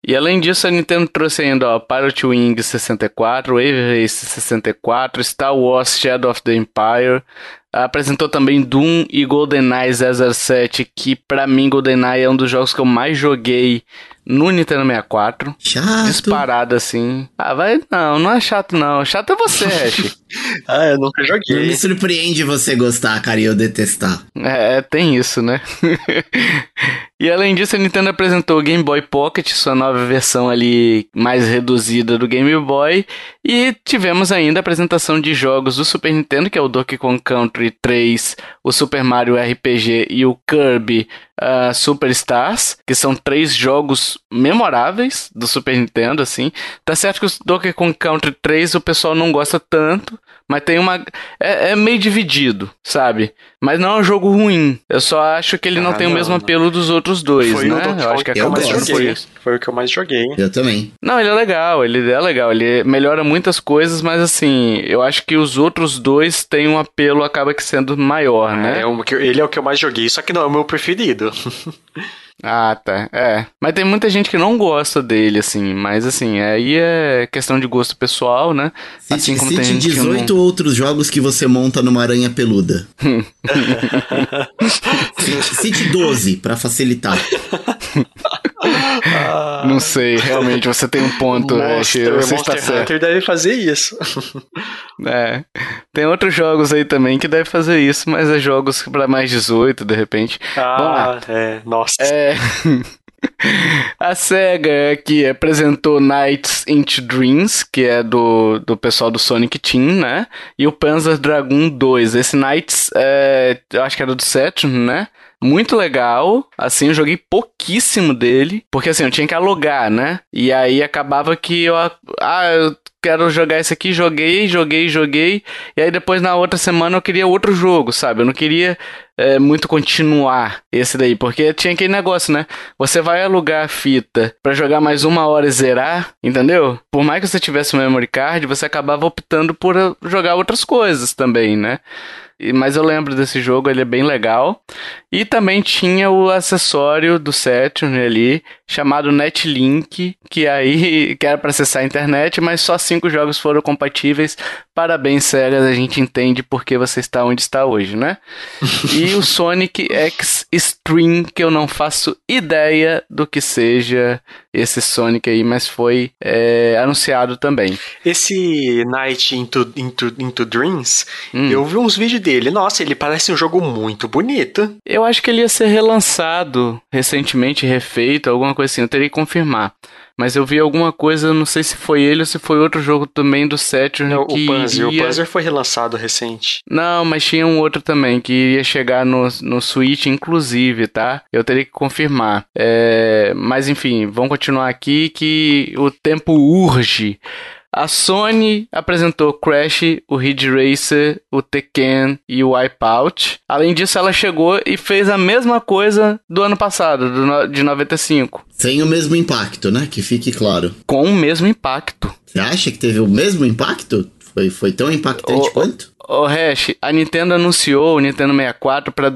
S1: E além disso, a Nintendo trouxe ainda, ó, Pilot Wings 64, Wave Race 64, Star Wars Shadow of the Empire, apresentou também Doom e GoldenEye 007, que pra mim GoldenEye é um dos jogos que eu mais joguei no Nintendo 64.
S3: Chato.
S1: Disparado, assim. Ah, vai... Não é chato, não. Chato é você, Hash.
S2: Eu nunca joguei.
S3: Não me surpreende você gostar, cara, e eu detestar.
S1: Tem isso, né? E além disso, a Nintendo apresentou o Game Boy Pocket, sua nova versão ali mais reduzida do Game Boy. E tivemos ainda a apresentação de jogos do Super Nintendo, que é o Donkey Kong Country 3, o Super Mario RPG e o Kirby Superstars, que são 3 jogos memoráveis do Super Nintendo, assim. Tá certo que o Donkey Kong Country 3 o pessoal não gosta tanto, mas tem uma... É meio dividido, sabe? Mas não é um jogo ruim. Eu só acho que ele não tem o mesmo apelo dos outros dois,
S2: foi
S1: né?
S2: Eu acho que
S3: eu gosto.
S2: Foi o que eu mais joguei.
S3: Eu também.
S1: Não, ele é legal, ele melhora muitas coisas, mas assim, eu acho que os outros dois têm um apelo, acaba que sendo maior, né?
S2: Ele é o que eu mais joguei, só que não é o meu preferido.
S1: Ah, tá. Mas tem muita gente que não gosta dele, assim. Mas, assim, aí é questão de gosto pessoal, né? Assim como tem gente
S3: 18
S1: que não...
S3: outros jogos que você monta numa aranha peluda. Cite 12, pra facilitar.
S1: Não sei, realmente, você tem um ponto. Você está certo.
S2: Hunter deve fazer isso.
S1: Tem outros jogos aí também que devem fazer isso, mas é jogos pra mais 18, de repente.
S2: Nossa.
S1: A SEGA aqui apresentou Nights into Dreams, que é do pessoal do Sonic Team, né? E o Panzer Dragoon 2. Esse Nights, eu acho que era do Saturn, né? Muito legal, assim, eu joguei pouquíssimo dele, porque assim, eu tinha que alugar, né? E aí acabava que eu quero jogar esse aqui, joguei, e aí depois na outra semana eu queria outro jogo, sabe? Eu não queria muito continuar esse daí, porque tinha aquele negócio, né? Você vai alugar a fita pra jogar mais 1 hora e zerar, entendeu? Por mais que você tivesse um memory card, você acabava optando por jogar outras coisas também, né? Mas eu lembro desse jogo, ele é bem legal. E também tinha o acessório do Saturn ali, chamado Netlink, que era para acessar a internet, mas só 5 jogos foram compatíveis. Parabéns, Sega, a gente entende porque você está onde está hoje, né? E o Sonic X Extreme, que eu não faço ideia do que seja esse Sonic aí, mas foi anunciado também.
S2: Esse Night into Dreams, eu vi uns vídeos dele. Nossa, ele parece um jogo muito bonito.
S1: Eu acho que ele ia ser relançado recentemente, refeito, alguma coisa assim, eu teria que confirmar. Mas eu vi alguma coisa, não sei se foi ele ou se foi outro jogo também do Saturn.
S2: Não,
S1: que
S2: o Panzer foi relançado recente.
S1: Não, mas tinha um outro também que ia chegar no Switch, inclusive, tá? Eu teria que confirmar. Mas enfim, vamos continuar aqui que o tempo urge. A Sony apresentou Crash, o Ridge Racer, o Tekken e o Wipeout. Além disso, ela chegou e fez a mesma coisa do ano passado, de 95.
S3: Sem o mesmo impacto, né? Que fique claro.
S1: Com o mesmo impacto.
S3: Você acha que teve o mesmo impacto? Foi tão impactante quanto?
S1: Hash, a Nintendo anunciou o Nintendo 64 para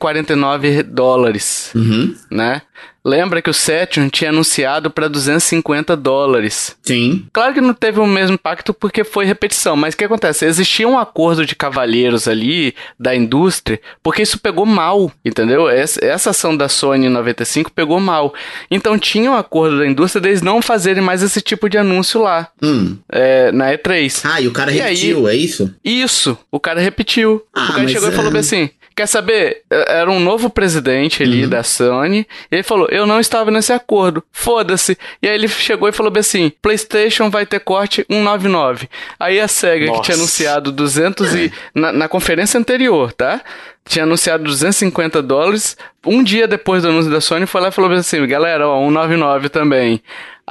S1: $249, né? Lembra que o Saturn tinha anunciado para $250.
S3: Sim.
S1: Claro que não teve o mesmo impacto porque foi repetição, mas o que acontece? Existia um acordo de cavalheiros ali, da indústria, porque isso pegou mal, entendeu? Essa ação da Sony em 95 pegou mal. Então tinha um acordo da indústria deles não fazerem mais esse tipo de anúncio lá, na E3.
S3: E o cara repetiu, é isso?
S1: Isso, o cara repetiu. O cara chegou e falou assim... Quer saber? Era um novo presidente ali da Sony. E ele falou, eu não estava nesse acordo. Foda-se. E aí ele chegou e falou assim, PlayStation vai ter corte 199. Aí a SEGA, que tinha anunciado 200 na conferência anterior, tá? Tinha anunciado $250. Um dia depois do anúncio da Sony, foi lá e falou assim, galera, 199 também.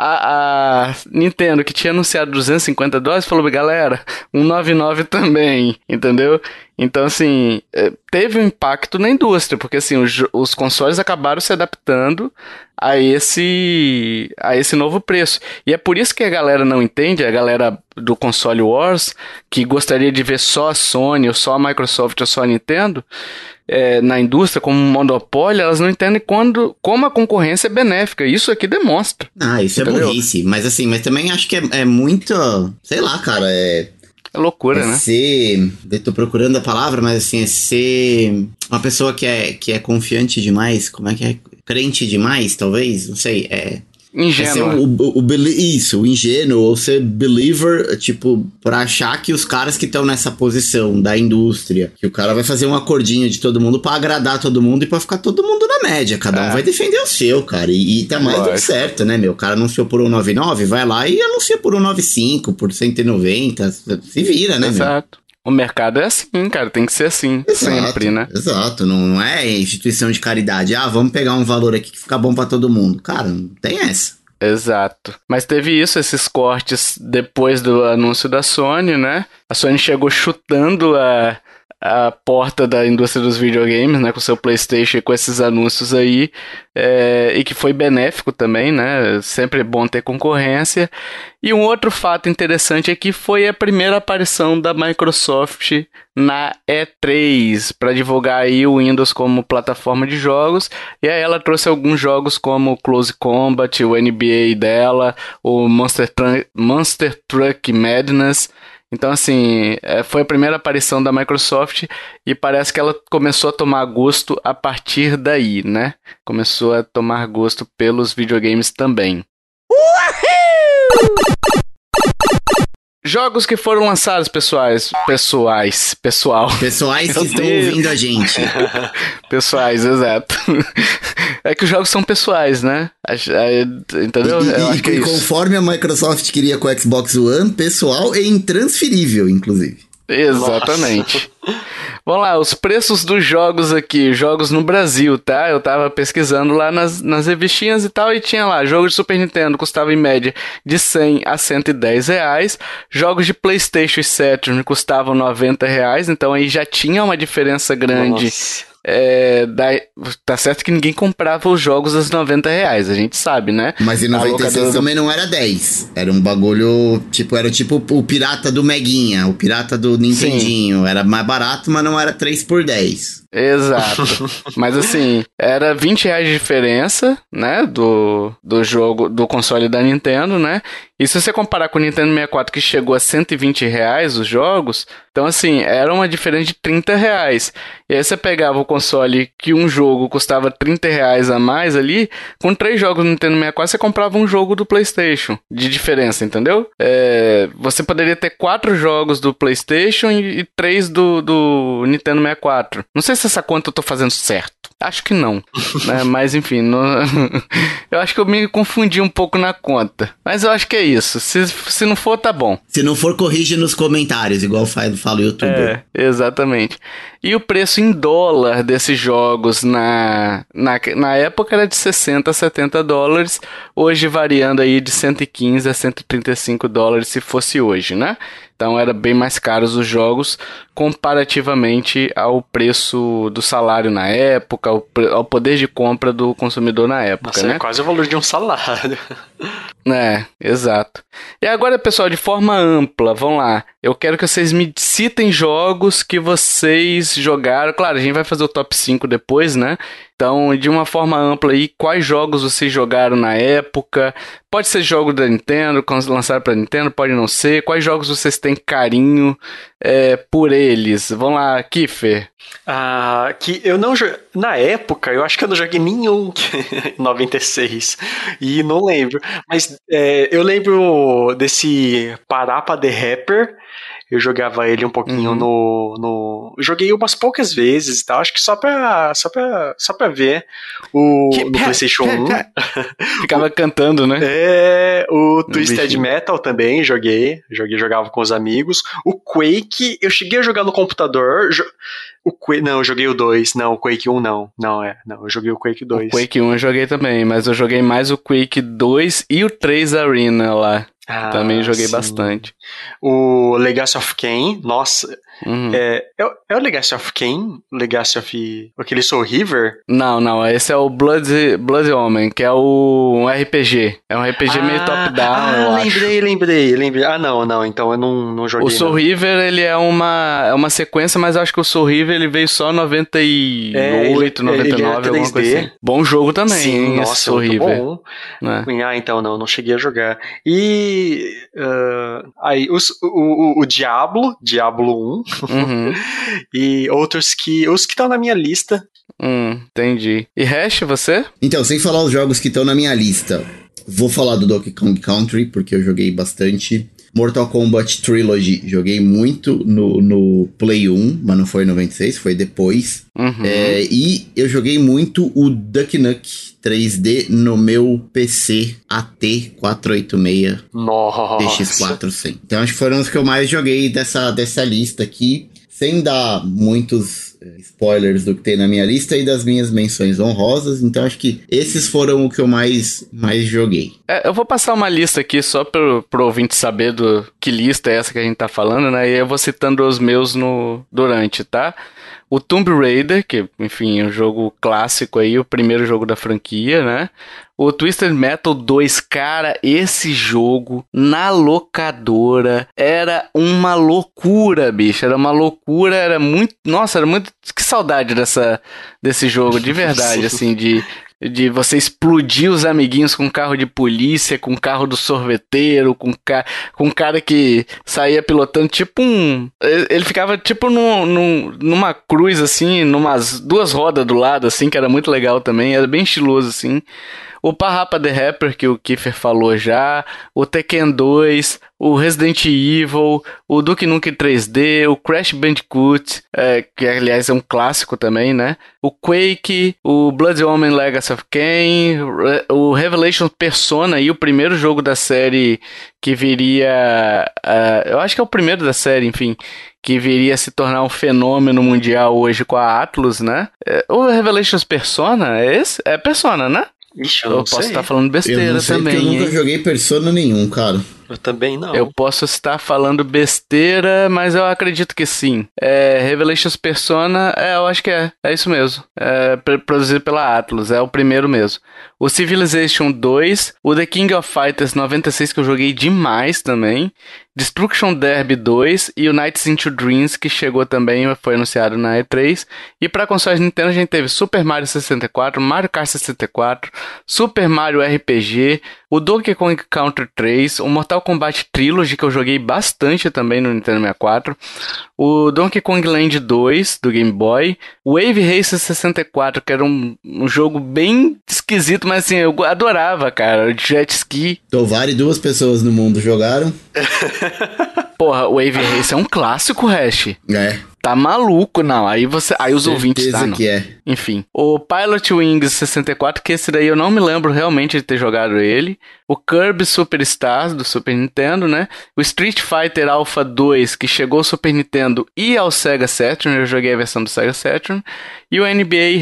S1: A Nintendo, que tinha anunciado $250, falou, galera, 199 também, entendeu? Então, assim, teve um impacto na indústria, porque, assim, os consoles acabaram se adaptando a esse novo preço. E é por isso que a galera não entende, a galera do console Wars, que gostaria de ver só a Sony, ou só a Microsoft, ou só a Nintendo, na indústria como um monopólio, elas não entendem como a concorrência é benéfica. Isso aqui demonstra.
S3: Isso entendeu? É burrice. Mas assim, mas também acho que é muito, sei lá, cara,
S1: é loucura, né?
S3: Eu tô procurando a palavra, mas assim, é ser uma pessoa que é confiante demais, como é que é? Crente demais, talvez, não sei,
S1: ingênuo.
S3: O ingênuo, ou ser believer, tipo, pra achar que os caras que estão nessa posição da indústria, que o cara vai fazer um acordinho de todo mundo pra agradar todo mundo e pra ficar todo mundo na média, cada um vai defender o seu, cara, e tá mais do que certo, né, meu? O cara anunciou por 199, vai lá e anuncia por 195, por 190, se vira, né,
S1: Exato. O mercado é assim, cara, tem que ser assim, sempre, né?
S3: Exato, não é instituição de caridade. Vamos pegar um valor aqui que fica bom pra todo mundo. Cara, não tem essa.
S1: Exato. Mas teve esses cortes depois do anúncio da Sony, né? A Sony chegou chutando a porta da indústria dos videogames, né, com o seu PlayStation e com esses anúncios aí, e que foi benéfico também, né, sempre é bom ter concorrência. E um outro fato interessante é que foi a primeira aparição da Microsoft na E3, para divulgar aí o Windows como plataforma de jogos, e aí ela trouxe alguns jogos como Close Combat, o NBA dela, o Monster Truck Madness. Então, assim, foi a primeira aparição da Microsoft e parece que ela começou a tomar gosto a partir daí, né? Começou a tomar gosto pelos videogames também. Uhul! Jogos que foram lançados, pessoal
S3: que estão ouvindo a gente.
S1: Pessoais, exato. É que os jogos são pessoais, né? Entendeu?
S3: E conforme a Microsoft queria com o Xbox One, pessoal e intransferível, inclusive.
S1: Exatamente. Vamos lá, os preços dos jogos aqui, jogos no Brasil, tá? Eu tava pesquisando lá nas revistinhas e tal, e tinha lá, jogo de Super Nintendo custava em média de 100 a 110 reais, jogos de PlayStation e Saturn custavam 90 reais, então aí já tinha uma diferença grande.
S2: Nossa.
S1: Tá certo que ninguém comprava os jogos aos 90 reais, a gente sabe, né?
S3: Mas em 96 também não era 10. Era um bagulho, era tipo o pirata do Meguinha, o pirata do Nintendinho. Sim. Era mais barato, mas não era 3 por 10.
S1: Exato. Mas assim, era 20 reais de diferença, né, do jogo, do console da Nintendo, né? E se você comparar com o Nintendo 64, que chegou a 120 reais os jogos, então assim, era uma diferença de 30 reais. E aí você pegava o console que um jogo custava 30 reais a mais ali, com 3 jogos do Nintendo 64, você comprava um jogo do PlayStation, de diferença, entendeu? Você poderia ter 4 jogos do PlayStation e 3 do Nintendo 64. Não sei se essa conta eu tô fazendo certo. Acho que não, né? Mas enfim, eu acho que eu me confundi um pouco na conta. Mas eu acho que é isso. Se não for, tá bom.
S3: Se não for, corrige nos comentários, igual fala o youtuber.
S1: Exatamente. E o preço em dólar desses jogos na época era de 60 a 70 dólares, hoje variando aí de 115 a 135 dólares se fosse hoje, né? Então era bem mais caros os jogos comparativamente ao preço do salário na época, ao poder de compra do consumidor na época.
S2: Nossa,
S1: né?
S2: É quase o valor de um salário.
S1: Exato. E agora, pessoal, de forma ampla, vamos lá. Eu quero que vocês me citem jogos que vocês jogaram. Claro, a gente vai fazer o top 5 depois, né? Então, de uma forma ampla aí, quais jogos vocês jogaram na época? Pode ser jogo da Nintendo, lançado pra Nintendo, pode não ser. Quais jogos vocês têm carinho por eles? Vamos lá, Kiffer.
S2: Que eu não joguei. Na época, eu acho que eu não joguei nenhum em 96. E não lembro. Mas eu lembro desse Parappa the Rapper. Eu jogava ele um pouquinho no... Joguei umas poucas vezes e tal. Acho que só pra ver no PlayStation 1.
S1: Ficava cantando, né?
S2: O Twisted Metal também jogava com os amigos. O Quake, eu cheguei a jogar no computador. Não, eu joguei o 2. Não, o Quake 1 não. Não, eu joguei o Quake 2.
S1: O Quake 1 eu joguei também, mas eu joguei mais o Quake 2 e o 3 Arena lá. Também joguei bastante.
S2: O Legacy of Kain, nossa, É o Legacy of Kain? Legacy of... aquele Soul River?
S1: Não, esse é o Blood Omen, que é um RPG. É um RPG meio top-down, eu acho.
S2: Lembrei. Não, então eu não joguei.
S1: O Soul River, ele é uma sequência, mas eu acho que o Soul River, ele veio só 98, 99, alguma coisa assim. Bom jogo também,
S2: sim,
S1: hein,
S2: nossa,
S1: esse Soul River.
S2: Bom. Então não cheguei a jogar. E aí o Diablo 1 e outros os que estão na minha lista.
S1: Entendi. E Hash, você?
S3: Então, sem falar os jogos que estão na minha lista, vou falar do Donkey Kong Country, porque eu joguei bastante. Mortal Kombat Trilogy, joguei muito no Play 1, mas não foi em 96, foi depois. E eu joguei muito o Duck Nuck 3D no meu PC AT486 DX400. Então acho que foram os que eu mais joguei dessa lista aqui, sem dar muitos spoilers do que tem na minha lista e das minhas menções honrosas. Então acho que esses foram o que eu mais joguei.
S1: Eu vou passar uma lista aqui só pro ouvinte saber do que lista é essa que a gente tá falando, né? E eu vou citando os meus durante, tá? O Tomb Raider, que, enfim, é um jogo clássico aí, o primeiro jogo da franquia, né? O Twisted Metal 2, cara, esse jogo na locadora era uma loucura, bicho. Era uma loucura, era muito... Nossa, era muito... Que saudade desse jogo, de verdade, assim, de você explodir os amiguinhos com carro de polícia, com carro do sorveteiro, com um cara que saía pilotando tipo ele ficava tipo numa cruz, assim, numas duas rodas do lado, assim, que era muito legal também, era bem estiloso, assim. O Parappa the Rapper, que o Kiefer falou já, o Tekken 2, o Resident Evil, o Duke Nukem 3D, o Crash Bandicoot, que aliás é um clássico também, né? O Quake, o Blood Omen Legacy of Kain, o Revelation Persona e o primeiro jogo da série que viria... eu acho que é o primeiro da série, enfim, que viria a se tornar um fenômeno mundial hoje com a Atlus, né? O Revelations Persona, é esse? É Persona, né?
S2: Ixi,
S1: eu posso estar falando besteira também. Eu não sei
S3: também, porque eu nunca joguei Persona nenhum, cara.
S2: Eu também não.
S1: Eu posso estar falando besteira, mas eu acredito que sim. Revelations Persona, eu acho que é isso mesmo. Produzido pela Atlus, é o primeiro mesmo. O Civilization 2, o The King of Fighters 96, que eu joguei demais também. Destruction Derby 2 e o Nights into Dreams, que chegou também, foi anunciado na E3. E para consoles Nintendo a gente teve Super Mario 64, Mario Kart 64, Super Mario RPG, o Donkey Kong Country 3, o Mortal Kombat Trilogy, que eu joguei bastante também no Nintendo 64, o Donkey Kong Land 2 do Game Boy, o Wave Racer 64, que era um jogo bem esquisito, mas assim, eu adorava, cara, jet ski.
S3: Tovar e 2 pessoas no mundo jogaram.
S1: Porra, o Wave Race é um clássico, Hash. Tá maluco, não. Aí os ouvintes tá, não.
S3: Que é.
S1: Enfim. O Pilot Wings 64, que esse daí eu não me lembro realmente de ter jogado ele. O Kirby Superstars do Super Nintendo, né? O Street Fighter Alpha 2, que chegou ao Super Nintendo e ao Sega Saturn. Eu joguei a versão do Sega Saturn. E o NBA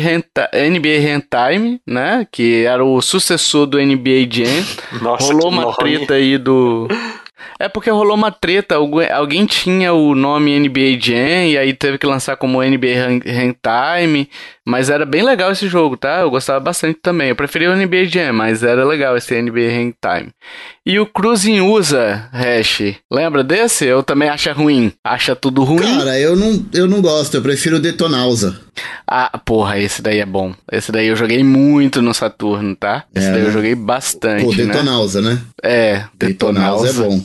S1: Handtime, né? Que era o sucessor do NBA Jam.
S2: Nossa,
S1: rolou uma treta aí do... porque rolou uma treta, alguém tinha o nome NBA Jam e aí teve que lançar como NBA Handtime, mas era bem legal esse jogo, tá? Eu gostava bastante também. Eu preferia o NBA Jam, mas era legal esse NBA Handtime. E o Cruising USA, Hash, lembra desse? Eu também acho ruim. Acha tudo ruim?
S3: Cara, eu não gosto, eu prefiro o Detonausa.
S1: Porra, esse daí é bom. Esse daí eu joguei muito no Saturno, tá? Esse daí eu joguei bastante,
S3: Pô, Detonausa, né?
S1: Detonausa
S3: é bom.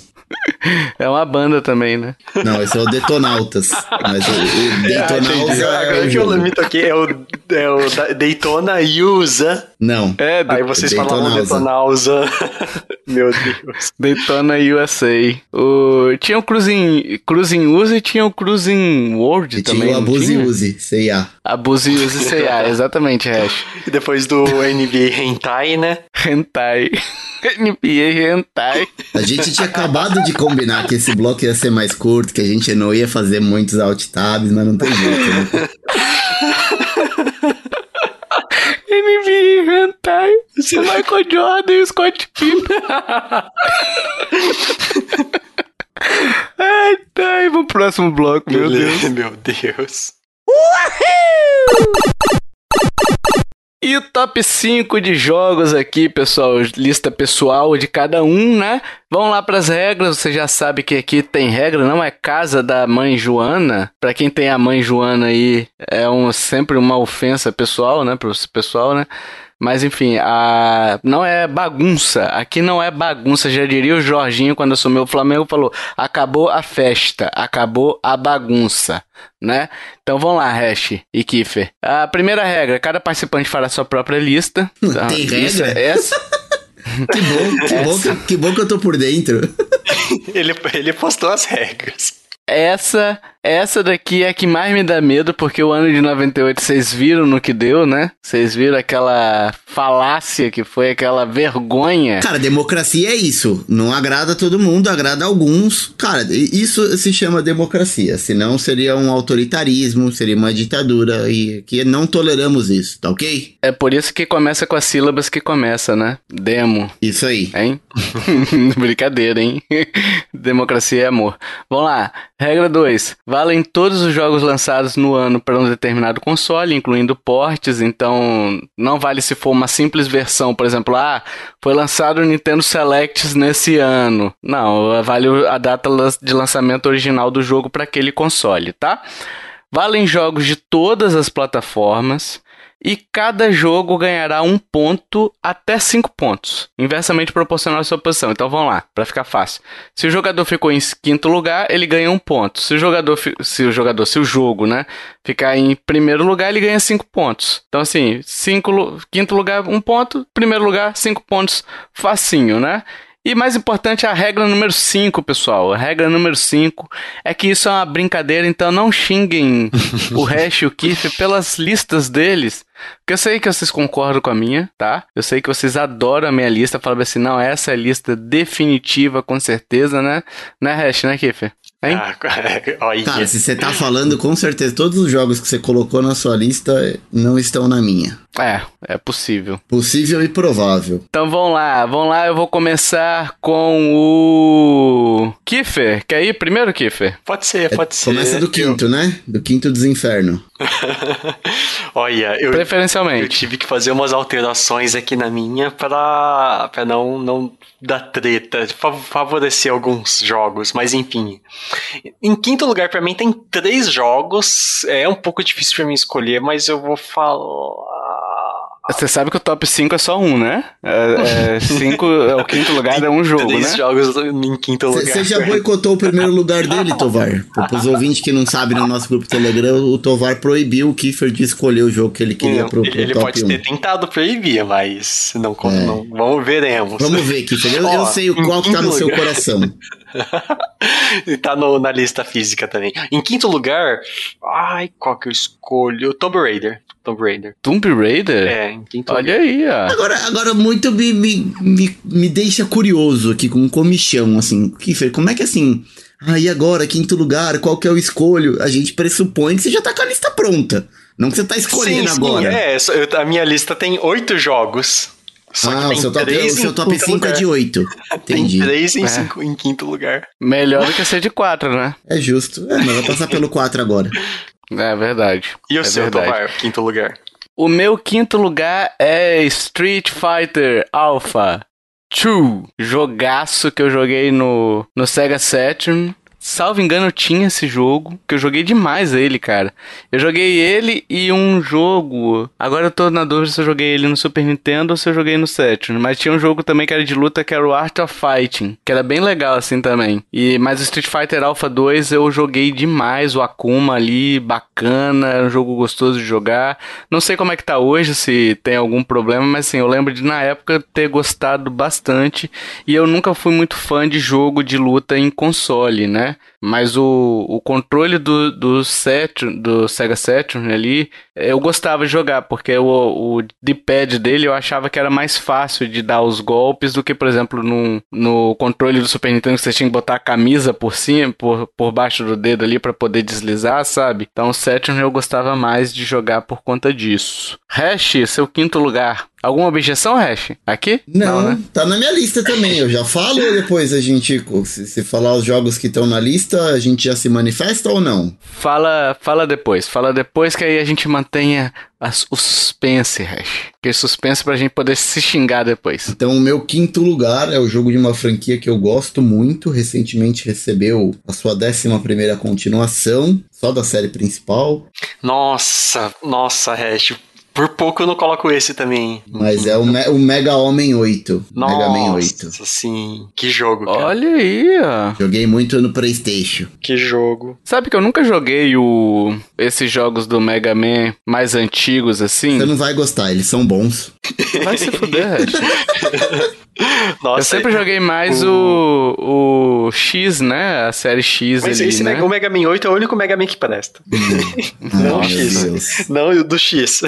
S1: É uma banda também, né?
S3: Não, esse é o Detonautas. Mas o Detonausa
S2: é o jogo. É o Daytona USA.
S3: Não.
S2: Aí vocês falavam Detonausa. Meu Deus.
S1: Daytona USA. Tinha o Cruising USA e tinha o Cruising World
S3: e
S1: também.
S3: Tinha o Abuse Use, C&A.
S1: Abuse Use, C&A, exatamente, Hash.
S2: E depois do NBA Hentai, né?
S1: Hentai. NBA Hentai.
S3: A gente tinha acabado de combinar que esse bloco ia ser mais curto, que a gente não ia fazer muitos alt tabs, mas não tem jeito, né?
S1: NBA Hentai. O Michael Jordan e o Scott Pippen. Vamos próximo bloco, meu Deus.
S2: Meu Deus.
S1: E o top 5 de jogos aqui, pessoal, lista pessoal de cada um, né? Vamos lá para as regras, você já sabe que aqui tem regra, não é casa da mãe Joana. Para quem tem a mãe Joana aí, é sempre uma ofensa pessoal, né? Pro pessoal, né? Mas enfim, não é bagunça, aqui não é bagunça, já diria o Jorginho quando assumiu o Flamengo, falou, acabou a festa, acabou a bagunça, né? Então vamos lá, Hash e Kiffer. A primeira regra, cada participante fará sua própria lista.
S3: Tem regra?
S1: Essa.
S3: Que bom que eu tô por dentro.
S2: Ele postou as regras.
S1: Essa daqui é a que mais me dá medo, porque o ano de 98 vocês viram no que deu, né? Vocês viram aquela falácia que foi, aquela vergonha.
S3: Cara, democracia é isso. Não agrada a todo mundo, agrada a alguns. Cara, isso se chama democracia. Senão seria um autoritarismo, seria uma ditadura. E aqui não toleramos isso, tá ok?
S1: É por isso que começa com as sílabas que começa, né? Demo.
S3: Isso aí.
S1: Hein? Brincadeira, hein? Democracia é amor. Vamos lá. Regra 2. Valem todos os jogos lançados no ano para um determinado console, incluindo portes. Então, não vale se for uma simples versão. Por exemplo, foi lançado o Nintendo Selects nesse ano. Não, vale a data de lançamento original do jogo para aquele console, tá? Valem jogos de todas as plataformas. E cada jogo ganhará 1 ponto até 5 pontos, inversamente proporcional à sua posição. Então vamos lá, para ficar fácil. Se o jogador ficou em quinto lugar, ele ganha 1 ponto. Se o jogo, né, ficar em primeiro lugar, ele ganha 5 pontos. Então assim, quinto lugar 1 ponto, primeiro lugar 5 pontos, facinho, né? E mais importante, a regra número 5, pessoal. A regra número 5 é que isso é uma brincadeira, então não xinguem o Hash e o Kiffer pelas listas deles. Porque eu sei que vocês concordam com a minha, tá? Eu sei que vocês adoram a minha lista. Falam assim, não, essa é a lista definitiva, com certeza, né? Né, Hash, né, Kiffer? Hein?
S3: Cara, se você tá falando, com certeza, todos os jogos que você colocou na sua lista não estão na minha.
S1: É possível.
S3: Possível e provável.
S1: Então vamos lá, eu vou começar com o Kiffer. Quer ir primeiro, Kiffer?
S2: Pode ser.
S3: Começa do quinto, né? Do quinto dos infernos.
S2: Olha,
S1: preferencialmente.
S2: Eu tive que fazer umas alterações aqui na minha pra não dar treta, favorecer alguns jogos, mas enfim. Em quinto lugar, pra mim, tem 3 jogos. É um pouco difícil pra mim escolher, mas eu vou falar...
S1: Você sabe que o top 5 é só um, né? 5 é o quinto lugar, é um jogo,
S2: 3
S1: né?
S2: jogos em quinto lugar.
S3: Você já boicotou o primeiro lugar dele, Tovar? Para os ouvintes que não sabem, no nosso grupo Telegram, o Tovar proibiu o Kiffer de escolher o jogo que ele queria pro
S2: ele
S3: top
S2: pode
S3: 1.
S2: ter tentado proibir, mas não veremos.
S3: Vamos ver, Kiffer. Eu sei qual que tá no seu coração.
S2: E tá na lista física também. Em quinto lugar, qual que eu escolho? Tomb Raider.
S1: Tomb Raider?
S2: Em quinto lugar.
S1: Olha aí, ó.
S3: Agora muito me deixa curioso aqui, com um comichão, assim. Kiffer, como é que assim... e agora, quinto lugar, qual que eu escolho? A gente pressupõe que você já tá com a lista pronta. Não que você tá escolhendo agora.
S2: A minha lista tem 8 jogos.
S3: O seu top 5 é de 8. Entendi.
S2: Tem 3 em quinto lugar.
S1: Melhor do que ser de 4, né?
S3: É justo. Mas eu vou passar pelo 4 agora.
S1: É verdade.
S2: E o seu, Tovar, quinto lugar?
S1: O meu quinto lugar é Street Fighter Alpha 2. Jogaço que eu joguei no Sega Saturn. Salvo engano, tinha esse jogo, que eu joguei demais ele, cara. Eu joguei ele e um jogo... Agora eu tô na dúvida se eu joguei ele no Super Nintendo ou se eu joguei no Saturn. Mas tinha um jogo também que era de luta, que era o Art of Fighting, que era bem legal assim também. Mas o Street Fighter Alpha 2 eu joguei demais, o Akuma ali, bacana, era um jogo gostoso de jogar. Não sei como é que tá hoje, se tem algum problema, mas assim, eu lembro de na época ter gostado bastante. E eu nunca fui muito fã de jogo de luta em console, né? Mas o controle do Sega Saturn ali, eu gostava de jogar, porque o D-pad dele eu achava que era mais fácil de dar os golpes do que, por exemplo, no controle do Super Nintendo, que você tinha que botar a camisa por cima, por baixo do dedo ali pra poder deslizar, sabe? Então o Saturn eu gostava mais de jogar por conta disso. Hash, seu quinto lugar. Alguma objeção, Hash? Aqui?
S3: Não,
S1: né?
S3: Tá na minha lista também. Eu já falo ou depois a gente, se falar os jogos que estão na lista, a gente já se manifesta ou não?
S1: Fala depois. Fala depois que aí a gente mantenha o suspense, Hash. Aquele suspense pra gente poder se xingar depois.
S3: Então, o meu quinto lugar é o jogo de uma franquia que eu gosto muito. Recentemente recebeu a sua 11ª continuação, só da série principal.
S2: Nossa, Hash. Por pouco eu não coloco esse também.
S3: Mas é o Mega Homem 8.
S2: Nossa,
S3: Mega Man 8.
S2: Sim. Que jogo, cara.
S1: Olha aí, ó.
S3: Joguei muito no PlayStation.
S2: Que jogo.
S1: Sabe que eu nunca joguei esses jogos do Mega Man mais antigos, assim?
S3: Você não vai gostar, eles são bons.
S1: Vai se fuder, Hash.
S2: Nossa,
S1: eu sempre joguei mais o X, né? A série X.
S2: Mas
S1: ali,
S2: esse
S1: né?
S2: O Mega Man 8 é o único Mega Man que presta. Não o X.
S3: Deus.
S2: Não o do X.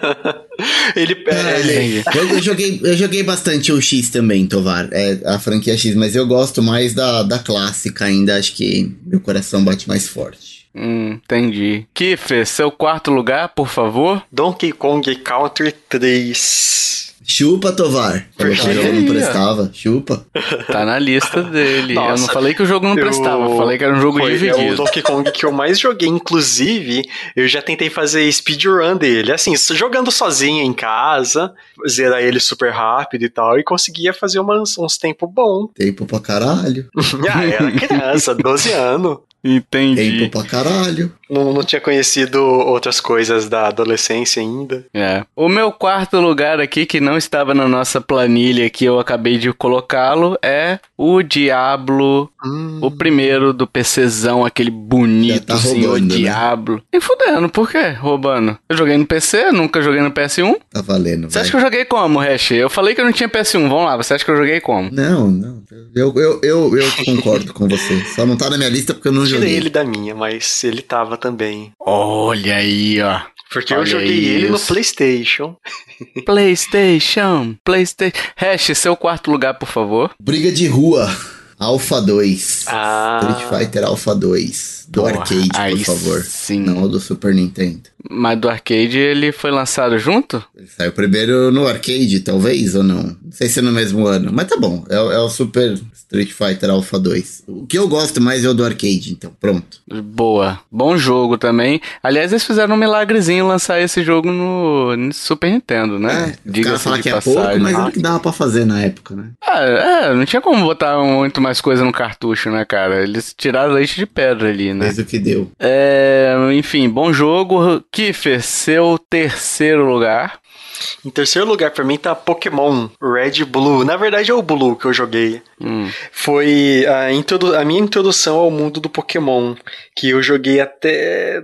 S3: Eu joguei bastante o X também, Tovar. É a franquia X, mas eu gosto mais da clássica ainda. Acho que meu coração bate mais forte.
S1: Entendi. Kiffer, seu quarto lugar, por favor.
S2: Donkey Kong Country 3.
S3: Chupa, Tovar. Falou que o jogo não prestava. Chupa.
S1: Tá na lista dele.
S2: Nossa,
S1: eu não falei que o jogo não prestava, eu falei que era um jogo dividido.
S2: É o Donkey Kong que eu mais joguei, inclusive, eu já tentei fazer speedrun dele, assim, jogando sozinho em casa, zerar ele super rápido e tal, e conseguia fazer uns tempos bons.
S3: Tempo pra caralho.
S2: Era criança, 12 anos.
S1: Entendi.
S3: Tempo pra caralho.
S2: Não tinha conhecido outras coisas da adolescência ainda.
S1: É. O meu quarto lugar aqui, que não estava na nossa planilha, que eu acabei de colocá-lo, é o Diablo, o primeiro do PCzão, aquele bonito,
S3: tá
S1: senhor
S3: roubando, né?
S1: Diablo. E fudendo, por quê? Roubando. Eu joguei no PC, nunca joguei no PS1.
S3: Tá valendo,
S1: Você acha que eu joguei como, Hash? Eu falei que eu não tinha PS1, vamos lá, você acha que eu joguei como?
S3: Não. Eu concordo com você. Só não tá na minha lista porque eu não
S2: Tirei
S3: joguei.
S2: ele da minha, mas ele tava também.
S1: Olha aí, ó.
S2: Porque
S1: Olha
S2: eu joguei ele no
S1: isso.
S2: PlayStation.
S1: PlayStation. Hash, seu quarto lugar, por favor.
S3: Briga de rua. Alpha 2.
S2: Ah.
S3: Street Fighter Alpha 2. Do
S1: Porra,
S3: arcade,
S1: aí
S3: por favor.
S1: sim.
S3: Não o do Super Nintendo.
S1: Mas do arcade ele foi lançado junto?
S3: Ele saiu primeiro no arcade, talvez, ou não? Não sei se é no mesmo ano. Mas tá bom. É o Super Street Fighter Alpha 2. O que eu gosto mais é o do arcade, então. Pronto.
S1: Boa. Bom jogo também. Aliás, eles fizeram um milagrezinho lançar esse jogo no Super Nintendo, né?
S3: O cara fala que é pouco, mas é o que dava pra fazer na época, né?
S1: Não tinha como botar muito mais coisa no cartucho, né, cara? Eles tiraram leite de pedra ali, né?
S3: Fez o que deu.
S1: Enfim, bom jogo. Kiffer, seu terceiro lugar.
S2: Em terceiro lugar, pra mim, tá Pokémon Red e Blue. Na verdade, é o Blue que eu joguei. Foi a minha introdução ao mundo do Pokémon, que eu joguei até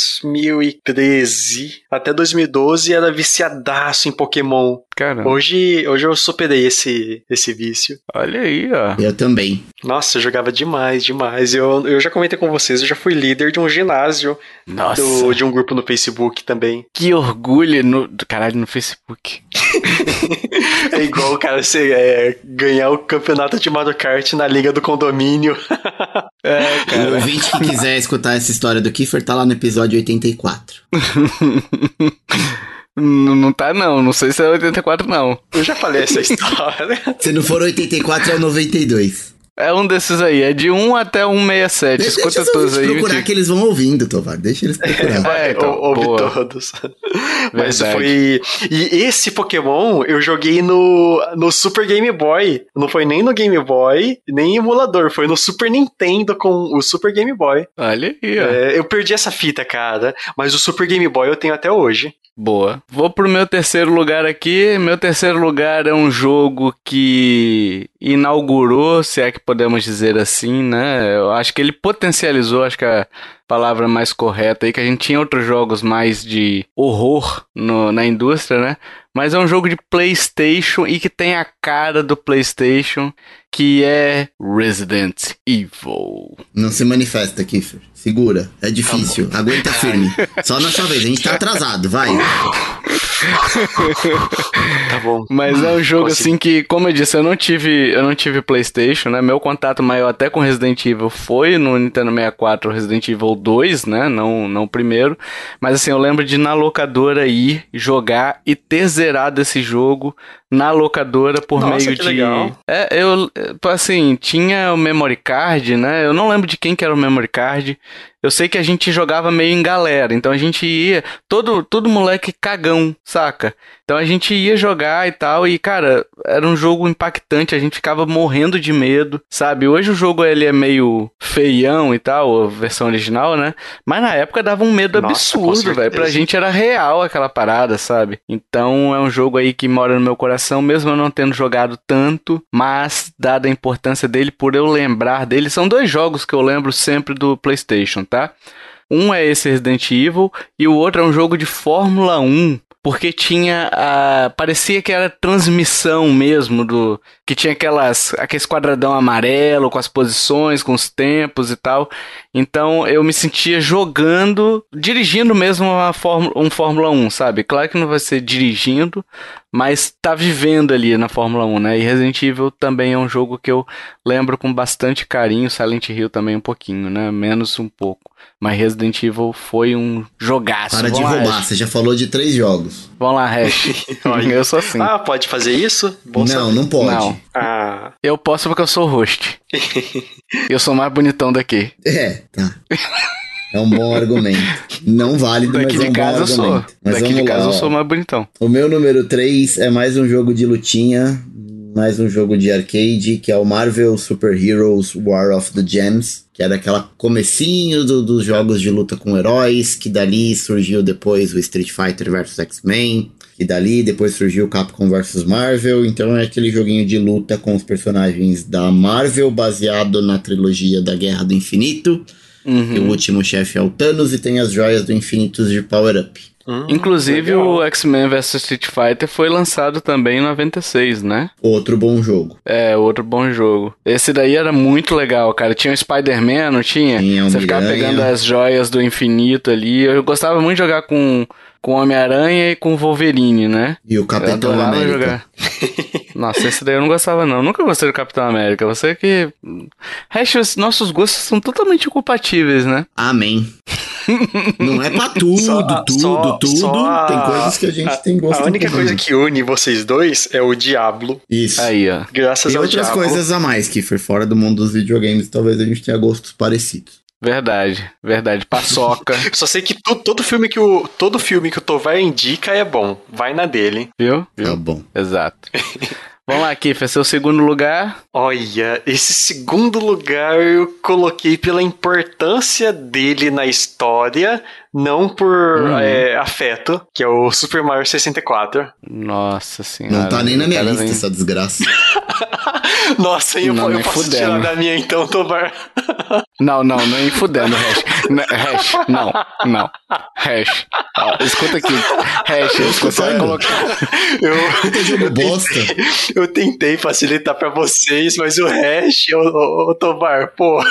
S2: 2013. Até 2012 era viciadaço em Pokémon.
S1: Caramba.
S2: Hoje eu superei esse vício.
S1: Olha aí, ó.
S3: Eu também.
S2: Nossa, eu jogava demais. Eu já comentei com vocês, eu já fui líder de um ginásio.
S1: Nossa.
S2: De um grupo no Facebook também.
S1: Que orgulho no Facebook.
S2: É igual, cara, você ganhar o campeonato de Mario Kart na liga do condomínio.
S3: O ouvinte que quiser escutar essa história do Kiffer tá lá no episódio 84.
S1: Não tá, não. Não sei se é 84, não.
S2: Eu já falei essa história.
S3: Se não for 84, é o 92.
S1: É um desses aí. É de 1 até 167. Escuta todos aí.
S3: Procurar que eles vão ouvindo, Tovar. Deixa eles procurar.
S1: Então,
S2: ouve
S1: boa.
S2: todos. Mas
S1: Verdade.
S2: foi... E esse Pokémon eu joguei no Super Game Boy. Não foi nem no Game Boy, nem em emulador. Foi no Super Nintendo com o Super Game Boy.
S1: Olha aí, ó.
S2: Eu perdi essa fita, cara. Mas o Super Game Boy eu tenho até hoje.
S1: Boa. Vou pro meu terceiro lugar aqui. Meu terceiro lugar é um jogo que inaugurou, se é que podemos dizer assim, né? Eu acho que ele potencializou, acho que a palavra mais correta aí, que a gente tinha outros jogos mais de horror na indústria, né? Mas é um jogo de PlayStation e que tem a cara do PlayStation, que é Resident Evil.
S3: Não se manifesta, Kiffer. Segura. É difícil. Aguenta firme. Só na sua vez. A gente tá atrasado. Vai.
S2: Tá bom.
S1: Mas é um jogo
S2: Consegui.
S1: assim que, como eu disse, eu não tive PlayStation, né? Meu contato maior até com Resident Evil foi no Nintendo 64, Resident Evil 2, né? Não o primeiro. Mas assim, eu lembro de na locadora ir jogar e ter zerado esse jogo na locadora por
S2: Nossa,
S1: meio
S2: que
S1: de...
S2: legal.
S1: Assim, tinha o memory card, né? Eu não lembro de quem que era o memory card. Eu sei que a gente jogava meio em galera, então a gente ia, todo moleque cagão, saca? Então a gente ia jogar e tal, e cara, era um jogo impactante, a gente ficava morrendo de medo, sabe? Hoje o jogo ele é meio feião e tal, a versão original, né? Mas na época dava um medo
S2: Nossa, com
S1: absurdo, velho. Pra
S2: certeza.
S1: gente era real aquela parada, sabe? Então é um jogo aí que mora no meu coração, mesmo eu não tendo jogado tanto, mas dada a importância dele, por eu lembrar dele, são 2 jogos que eu lembro sempre do PlayStation, tá? Um é esse Resident Evil e o outro é um jogo de Fórmula 1, porque tinha parecia que era transmissão mesmo que tinha aquele quadradão amarelo com as posições, com os tempos e tal. Então eu me sentia jogando, dirigindo mesmo um Fórmula 1, sabe? Claro que não vai ser dirigindo, mas tá vivendo ali na Fórmula 1, né? E Resident Evil também é um jogo que eu lembro com bastante carinho, Silent Hill também um pouquinho, né? Menos um pouco. Mas Resident Evil foi um jogaço.
S3: Para de
S1: Vamos lá,
S3: roubar,
S1: Hash.
S3: você já falou de 3 jogos.
S1: Vamos lá, Hash. Eu sou assim.
S2: Ah, pode fazer isso? Bom
S3: Não,
S2: saber.
S3: não pode.
S1: Não.
S2: Ah,
S1: Eu posso porque eu sou host. Eu sou o mais bonitão daqui.
S3: Tá. É um bom argumento. Não válido, mas
S1: Daqui
S3: é
S1: de
S3: um bom
S1: casa eu sou.
S3: argumento. Mas
S1: Daqui de
S3: vamos lá,
S1: casa eu
S3: ó.
S1: sou o mais bonitão.
S3: O meu número 3 é mais um jogo de lutinha, mais um jogo de arcade, que é o Marvel Super Heroes War of the Gems, que era aquela comecinho dos jogos de luta com heróis, que dali surgiu depois o Street Fighter vs X-Men, que dali depois surgiu o Capcom vs Marvel, então é aquele joguinho de luta com os personagens da Marvel, baseado na trilogia da Guerra do Infinito, e o último chefe é o Thanos, e tem as joias do infinito de Power Up.
S1: Inclusive
S2: legal.
S1: o X-Men vs Street Fighter foi lançado também em 96, né?
S3: Outro bom jogo.
S1: É, outro bom jogo. Esse daí era muito legal, cara. Tinha o Spider-Man, não tinha?
S3: Tinha o
S1: Você ficava
S3: Miranha.
S1: pegando as joias do infinito ali. Eu gostava muito de jogar com Homem-Aranha e com Wolverine, né?
S3: E o
S1: Eu
S3: Capitão
S1: adorava
S3: América.
S1: jogar. Nossa, esse daí eu não gostava não. Nunca gostei do Capitão América. Você que... Os nossos gostos são totalmente incompatíveis, né?
S3: Amém. Não é pra tudo,
S2: Só
S3: Tem coisas que a gente tem gosto
S2: A única
S3: em comum.
S2: coisa que une vocês dois é o Diablo.
S3: Isso.
S1: Aí, ó.
S2: Graças
S3: E
S2: ao
S3: outras
S2: Diablo.
S3: coisas a mais, que foi fora do mundo dos videogames, talvez a gente tenha gostos parecidos.
S1: Verdade. Paçoca.
S2: Só sei que todo filme que o Tovar indica é bom. Vai na dele.
S1: Viu?
S3: Tá bom.
S1: Exato. Vamos lá, Kiffer, seu segundo lugar.
S2: Olha, esse segundo lugar eu coloquei pela importância dele na história, não por afeto, que é o Super Mario 64.
S1: Nossa senhora.
S3: Não tá nem na minha
S1: Cara,
S3: lista
S1: vem-
S3: essa desgraça.
S2: Nossa, eu
S1: Não, nem
S2: posso
S1: fudendo.
S2: tirar da minha então, Tovar.
S1: Não, nem fudendo, Hash. Hash, não. Hash. Ó, escuta aqui. Hash, você vai colocar...
S3: Puta jogo bosta.
S2: Eu tentei facilitar pra vocês, mas o hash, ô Tovar, pô.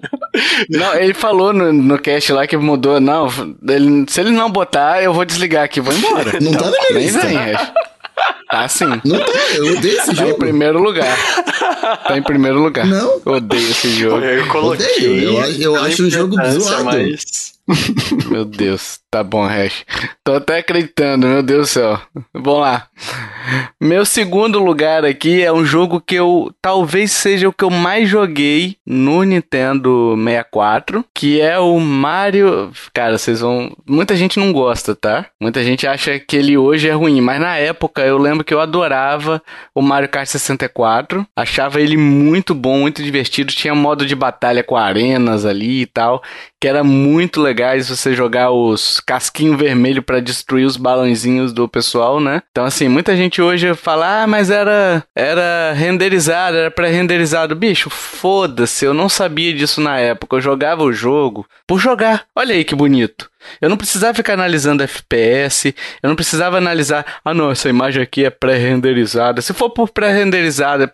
S1: Não, ele falou no cast lá que mudou. Não, se ele não botar, eu vou desligar aqui, vou embora.
S3: Não tá na minha
S1: Nem
S3: lista.
S1: vem, Hash. Tá sim.
S3: Não tá, eu odeio esse
S1: Tá em
S3: jogo.
S1: primeiro lugar. Tá em primeiro lugar.
S3: Não.
S1: Eu odeio esse jogo.
S2: Eu coloquei.
S3: Odeio, eu
S2: pela
S3: acho um jogo
S2: importância,
S3: zoado.
S2: Mas...
S1: Meu Deus, tá bom, Hash. Tô até acreditando, meu Deus do céu. Vamos lá. Meu segundo lugar aqui é um jogo que talvez seja o que eu mais joguei no Nintendo 64, que é o Mario... Cara, muita gente não gosta, tá? Muita gente acha que ele hoje é ruim, mas na época eu lembro que eu adorava o Mario Kart 64, achava ele muito bom, muito divertido, tinha modo de batalha com arenas ali e tal, que era muito legais você jogar os casquinhos vermelhos pra destruir os balãozinhos do pessoal, né? Então, assim, muita gente hoje fala, mas era renderizado, era pré-renderizado. Bicho, foda-se, eu não sabia disso na época. Eu jogava o jogo por jogar. Olha aí que bonito. Eu não precisava ficar analisando FPS, eu não precisava analisar, não, essa imagem aqui é pré-renderizada. Se for por pré-renderizada,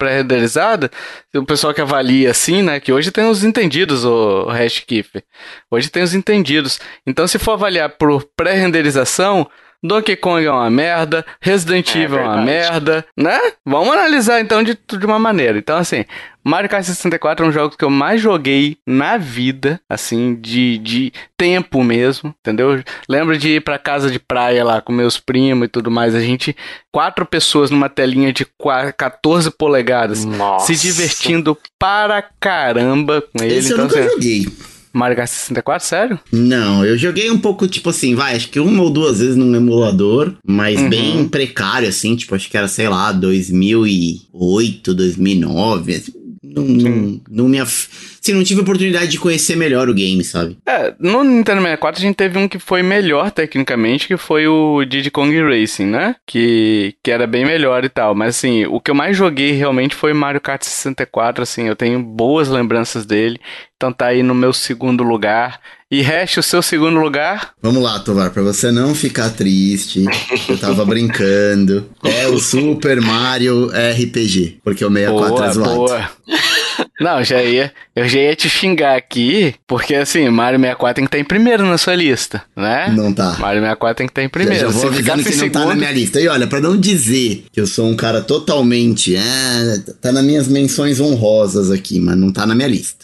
S1: o pessoal que avalia assim, né, que hoje tem os entendidos, o Hashkiffer. Hoje tem os entendidos. Então, se for avaliar por pré-renderização, Donkey Kong é uma merda, Resident Evil é uma merda, né? Vamos analisar então de uma maneira. Então, assim, Mario Kart 64 é um jogo que eu mais joguei na vida, assim, de tempo mesmo, entendeu? Lembro de ir pra casa de praia lá com meus primos e tudo mais, a gente, 4 pessoas numa telinha de 14 polegadas, se divertindo para caramba com ele.
S3: Esse
S1: então,
S3: eu nunca
S1: assim,
S3: joguei.
S1: Mario Kart 64, sério?
S3: Não, eu joguei um pouco, tipo assim, acho que 1 ou 2 vezes num emulador, mas bem precário, assim, tipo, acho que era, sei lá, 2008, 2009, assim, não me... Assim, não tive oportunidade de conhecer melhor o game, sabe?
S1: No Nintendo 64 a gente teve um que foi melhor tecnicamente, que foi o Diddy Kong Racing, né? Que era bem melhor e tal. Mas assim, o que eu mais joguei realmente foi Mario Kart 64, assim, eu tenho boas lembranças dele. Então tá aí no meu segundo lugar. E Hash, o seu segundo lugar?
S3: Vamos lá, Tovar, pra você não ficar triste, eu tava brincando. É o Super Mario RPG, porque o 64 é zoado.
S1: Boa. Não, eu já ia te xingar aqui, porque assim, Mario 64 tem que estar em primeiro na sua lista, né?
S3: Não tá.
S1: Mario 64 tem que estar em primeiro.
S3: Já vou avisando que não tá na minha lista. E olha, pra não dizer que eu sou um cara totalmente... tá nas minhas menções honrosas aqui, mas não tá na minha lista.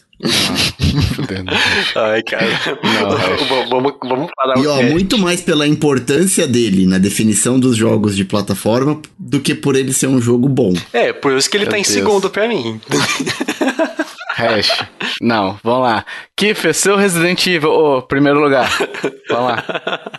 S2: Ai, cara. Vamos parar.
S3: E ó, muito mais pela importância dele na definição dos jogos de plataforma do que por ele ser um jogo bom.
S2: Por isso que ele tá em segundo pra mim.
S1: Hash. Não, vamos lá. Kiffer, seu Resident Evil, primeiro lugar. Vamos lá.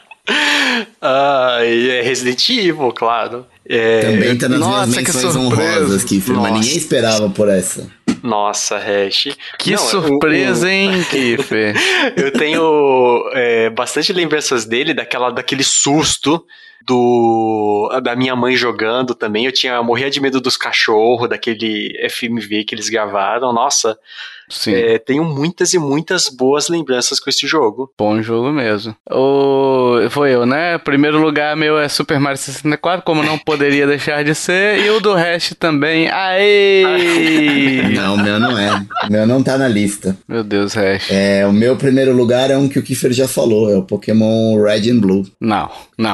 S2: É Resident Evil, claro.
S3: Também tá nas minhas menções honrosas, Kiffer, mas ninguém esperava por essa.
S2: Nossa, Hash.
S1: Que surpresa, hein, Kiffer?
S2: Eu tenho bastante lembranças dele, daquele susto da minha mãe jogando também. Eu morria de medo dos cachorros, daquele FMV que eles gravaram. Nossa,
S1: sim.
S2: Tenho muitas e muitas boas lembranças com esse jogo.
S1: Bom jogo mesmo. Foi eu, né? Primeiro lugar meu é Super Mario 64, como não poderia deixar de ser. E o do Hash também. Aê!
S3: Não, o meu não é. O meu não tá na lista.
S1: Meu Deus, Hash.
S3: O meu primeiro lugar é um que o Kiffer já falou. É o Pokémon Red and Blue.
S1: Não,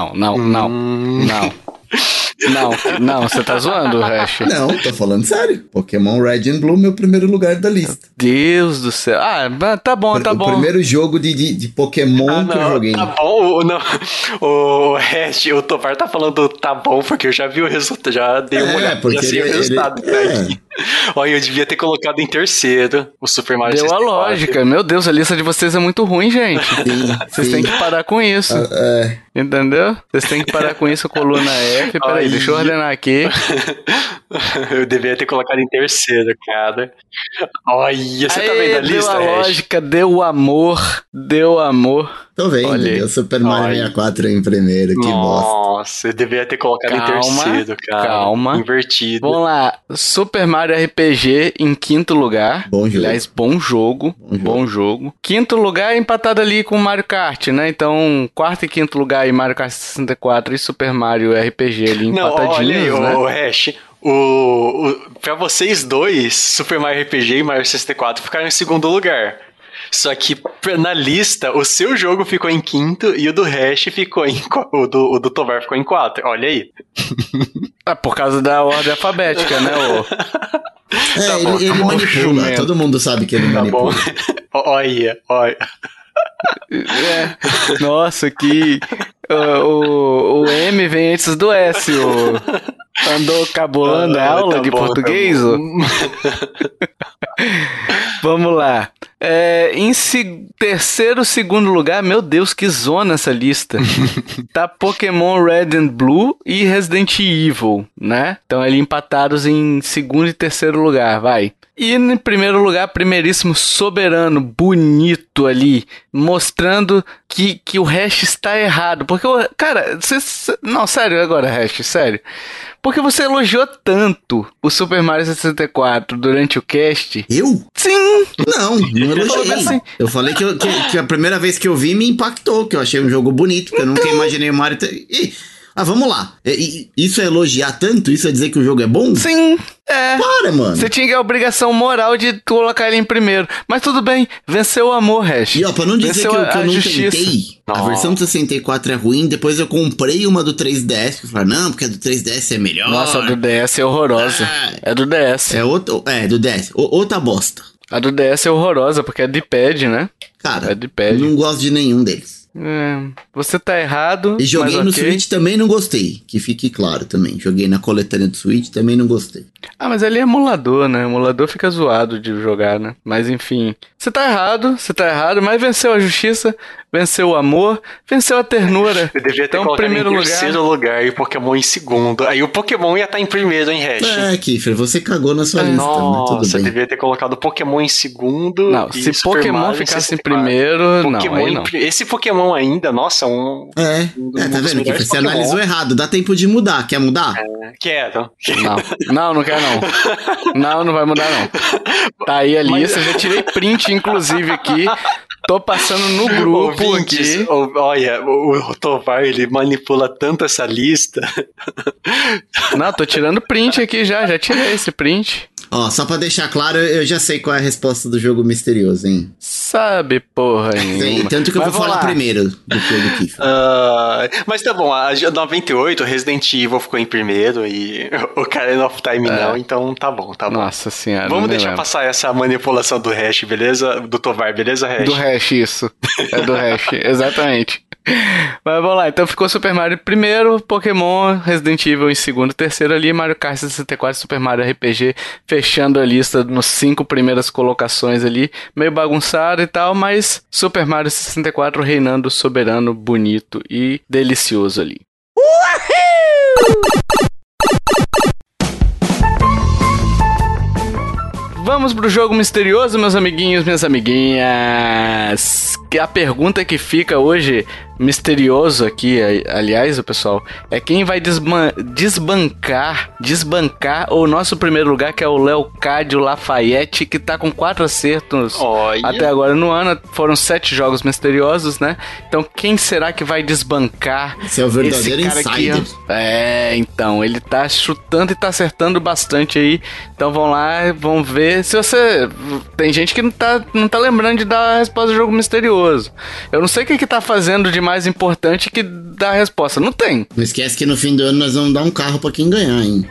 S1: você tá zoando, Hash?
S3: Não, tô falando sério. Pokémon Red and Blue, meu primeiro lugar da lista.
S1: Deus do céu. Tá bom.
S3: O primeiro jogo de Pokémon que eu joguei.
S2: Tá bom, não. O Hash, o Tovar tá falando tá bom, porque eu já vi o resultado, já dei uma olhada,
S3: porque
S2: já sei o resultado que tá aqui. Olha, eu devia ter colocado em terceiro o Super Mario 64.
S1: Deu a lógica. Meu Deus, a lista de vocês é muito ruim, gente. Vocês têm que parar com isso. Entendeu? Vocês têm que parar com isso, coluna F. Peraí, deixa eu ordenar aqui.
S2: Eu deveria ter colocado em terceiro, cara. Olha, você tá vendo a lista,
S1: Deu a lógica, deu amor.
S3: Tô vendo,
S1: olha,
S3: o Super Mario 64 em primeiro, que bosta.
S2: Nossa, eu deveria ter colocado em terceiro, cara.
S1: Calma.
S2: Invertido.
S1: Vamos lá, Super Mario RPG em quinto lugar.
S3: Bom jogo.
S1: Aliás, bom jogo. Quinto lugar empatado ali com Mario Kart, né? Então, quarto e quinto lugar aí, Mario Kart 64 e Super Mario RPG ali empatadinhos, né?
S2: O Hash, pra vocês dois, Super Mario RPG e Mario 64 ficaram em segundo lugar. Só que na lista, o seu jogo ficou em quinto e o do Hash ficou o do Tovar ficou em 4. Olha aí.
S1: Por causa da ordem alfabética, né?
S3: Ele manipula. Todo mundo sabe que ele manipula.
S2: Olha.
S1: Nossa, que... O M vem antes do S. Andou cabulando a aula de português? Vamos lá. Em terceiro, segundo lugar, meu Deus, que zona essa lista. Tá Pokémon Red and Blue e Resident Evil, né? Estão ali empatados em segundo e terceiro lugar, vai. E em primeiro lugar, primeiríssimo, soberano, bonito ali, mostrando que o Hash está errado. Porque, cara, não, sério agora, Hash, sério. Porque você elogiou tanto o Super Mario 64 durante o cast.
S3: Eu?
S1: Sim!
S3: Não elogiei.
S1: Assim.
S3: Eu falei que a primeira vez que eu vi me impactou, que eu achei um jogo bonito, que eu nunca imaginei o Mario... Ah, vamos lá. Isso é elogiar tanto? Isso é dizer que o jogo é bom?
S1: Sim, é.
S3: Para, mano.
S1: Você tinha a obrigação moral de colocar ele em primeiro. Mas tudo bem, venceu o amor, Hash.
S3: E ó, pra não dizer
S1: venceu
S3: que eu não
S1: justiça.
S3: tentei, a versão do 64 é ruim, depois eu comprei uma do 3DS, que eu falei, não, porque a do 3DS é melhor.
S1: Nossa, a do DS é horrorosa. É do DS.
S3: Do DS. Outra bosta.
S1: A do DS é horrorosa, porque é de pad, né?
S3: Cara,
S1: é de pad.
S3: Não gosto de nenhum deles.
S1: Você tá errado.
S3: E joguei
S1: mas
S3: no
S1: okay.
S3: Switch, também não gostei. Que fique claro também. Joguei na coletânea do Switch, também não gostei.
S1: Ah, mas ali é emulador, né? Emulador fica zoado de jogar, né? Mas enfim. Você tá errado, mas venceu a justiça, venceu o amor, venceu a ternura.
S2: Eu devia ter colocado primeiro em terceiro lugar e o Pokémon em segundo. Aí o Pokémon ia estar em primeiro, hein, Hash?
S3: Kiffer, você cagou na sua lista, mas tudo bem.
S2: Você devia ter colocado o Pokémon em segundo.
S1: Não, se Pokémon ficasse em primeiro,
S2: Pokémon
S1: não, aí não.
S2: Esse Pokémon ainda, nossa,
S3: tá vendo, Kiffer? Você analisou errado, dá tempo de mudar. Quer mudar?
S2: Quero.
S1: Não quero não. Não vai mudar não. Tá aí a lista, já tirei print inclusive aqui. Tô passando no grupo
S2: ouvintes,
S1: aqui.
S2: Olha, o Tovar, ele manipula tanto essa lista.
S1: Não, tô tirando print aqui já tirei esse print.
S3: Ó, só pra deixar claro, eu já sei qual é a resposta do jogo misterioso, hein?
S1: Sabe, porra nenhuma.
S3: Tanto que eu vou falar primeiro do que o do Kiffer.
S2: Mas tá bom, a 98, Resident Evil ficou em primeiro e o Ocarina of Time não, então tá bom.
S1: Nossa senhora.
S2: Vamos deixar passar essa manipulação do Hash, beleza? Do Tovar, beleza, Hash?
S1: Do Hash, isso. É do Hash, exatamente. Mas vamos lá, então ficou Super Mario em primeiro, Pokémon, Resident Evil em segundo, terceiro ali, Mario Kart 64, Super Mario RPG, fechando a lista nos 5 primeiras colocações ali, meio bagunçado e tal, mas Super Mario 64 reinando soberano, bonito e delicioso ali. Vamos pro jogo misterioso, meus amiguinhos, minhas amiguinhas. A pergunta que fica hoje misterioso aqui, aliás, o pessoal, é quem vai desbancar o nosso primeiro lugar, que é o Leocádio Lafayette, que tá com 4 acertos até agora no ano. Foram 7 jogos misteriosos, né? Então, quem será que vai desbancar
S3: esse é o verdadeiro
S1: esse cara
S3: insider.
S1: Aqui? Então, ele tá chutando e tá acertando bastante aí. Então, vamos lá, vamos ver. Se você... Tem gente que não tá lembrando de dar a resposta do jogo misterioso. Eu não sei o que tá fazendo de mais importante que dar a resposta. Não tem.
S3: Não esquece que no fim do ano nós vamos dar um carro pra quem ganhar, hein?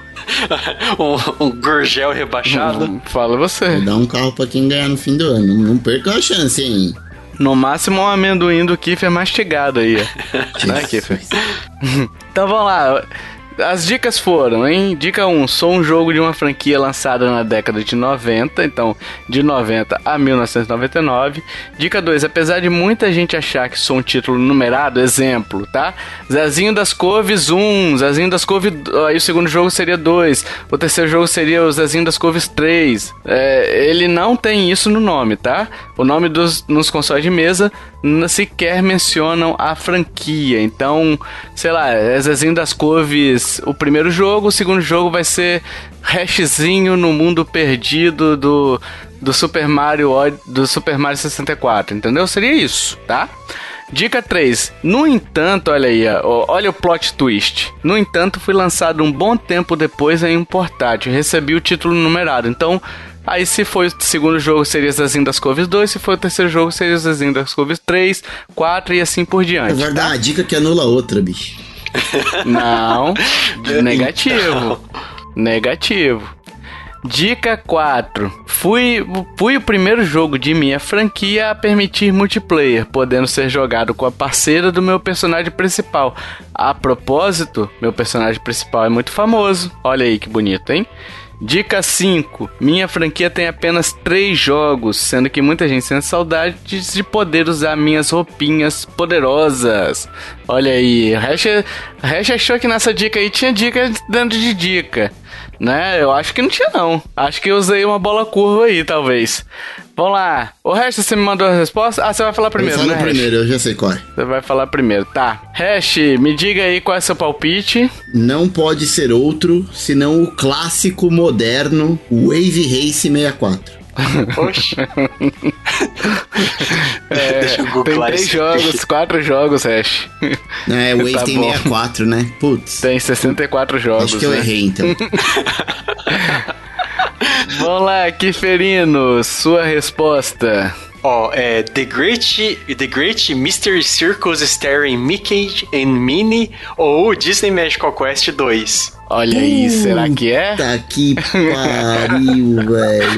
S2: um Gurgel rebaixado.
S1: Fala você.
S3: Vou dar um carro pra quem ganhar no fim do ano. Não perca a chance, hein?
S1: No máximo um amendoim do Kiffer mastigado aí. Né, Kiffer? Então vamos lá. As dicas foram, hein? Dica 1, sou um jogo de uma franquia lançada na década de 90, então de 90 a 1999. Dica 2, apesar de muita gente achar que sou um título numerado, exemplo, tá? Zezinho das Couves 1, Zezinho das Couves... Aí o segundo jogo seria 2, o terceiro jogo seria o Zezinho das Couves 3. Ele não tem isso no nome, tá? O nome nos consoles de mesa sequer mencionam a franquia, então, sei lá, é Zezinho das Couves o primeiro jogo, o segundo jogo vai ser Hashzinho no mundo perdido do Super Mario 64, entendeu? Seria isso, tá? Dica 3. No entanto, olha aí, olha o plot twist. No entanto, fui lançado um bom tempo depois em um portátil, recebi o título numerado, então... Aí se for o segundo jogo seria Zezinho das Couves 2, se for o terceiro jogo seria Zezinho das Couves 3, 4 e assim por diante.
S3: É verdade, tá? A dica que anula a outra, bicho.
S1: Não, negativo. Dica 4. Fui o primeiro jogo de minha franquia a permitir multiplayer, podendo ser jogado com a parceira do meu personagem principal. A propósito, meu personagem principal é muito famoso. Olha aí que bonito, hein? Dica 5. Minha franquia tem apenas 3 jogos, sendo que muita gente sente saudade de poder usar minhas roupinhas poderosas. Olha aí, Hash achou que nessa dica aí tinha dica dentro de dica, né? Eu acho que não tinha não. Acho que eu usei uma bola curva aí, talvez. Vamos lá. O Hash, você me mandou a resposta? Ah, você vai falar primeiro, né, Hash?
S3: Primeiro, eu já sei qual é.
S1: Você vai falar primeiro, tá. Hash, me diga aí qual é seu palpite.
S3: Não pode ser outro, senão o clássico moderno Wave Race 64.
S2: Oxi. Deixa eu googlar
S1: tem 3 jogos, 4 jogos, Hash.
S3: É, o Waze
S1: Tá
S3: tem
S1: bom.
S3: 64, né? Putz.
S1: Tem 64 jogos,
S3: Acho que eu
S1: né?
S3: errei, então.
S1: Vamos lá, Kiferino, sua resposta.
S2: The Great Mystery Circus starring Mickey and Minnie ou Disney Magical Quest 2?
S1: Olha aí, será que é?
S3: Tá que pariu, velho.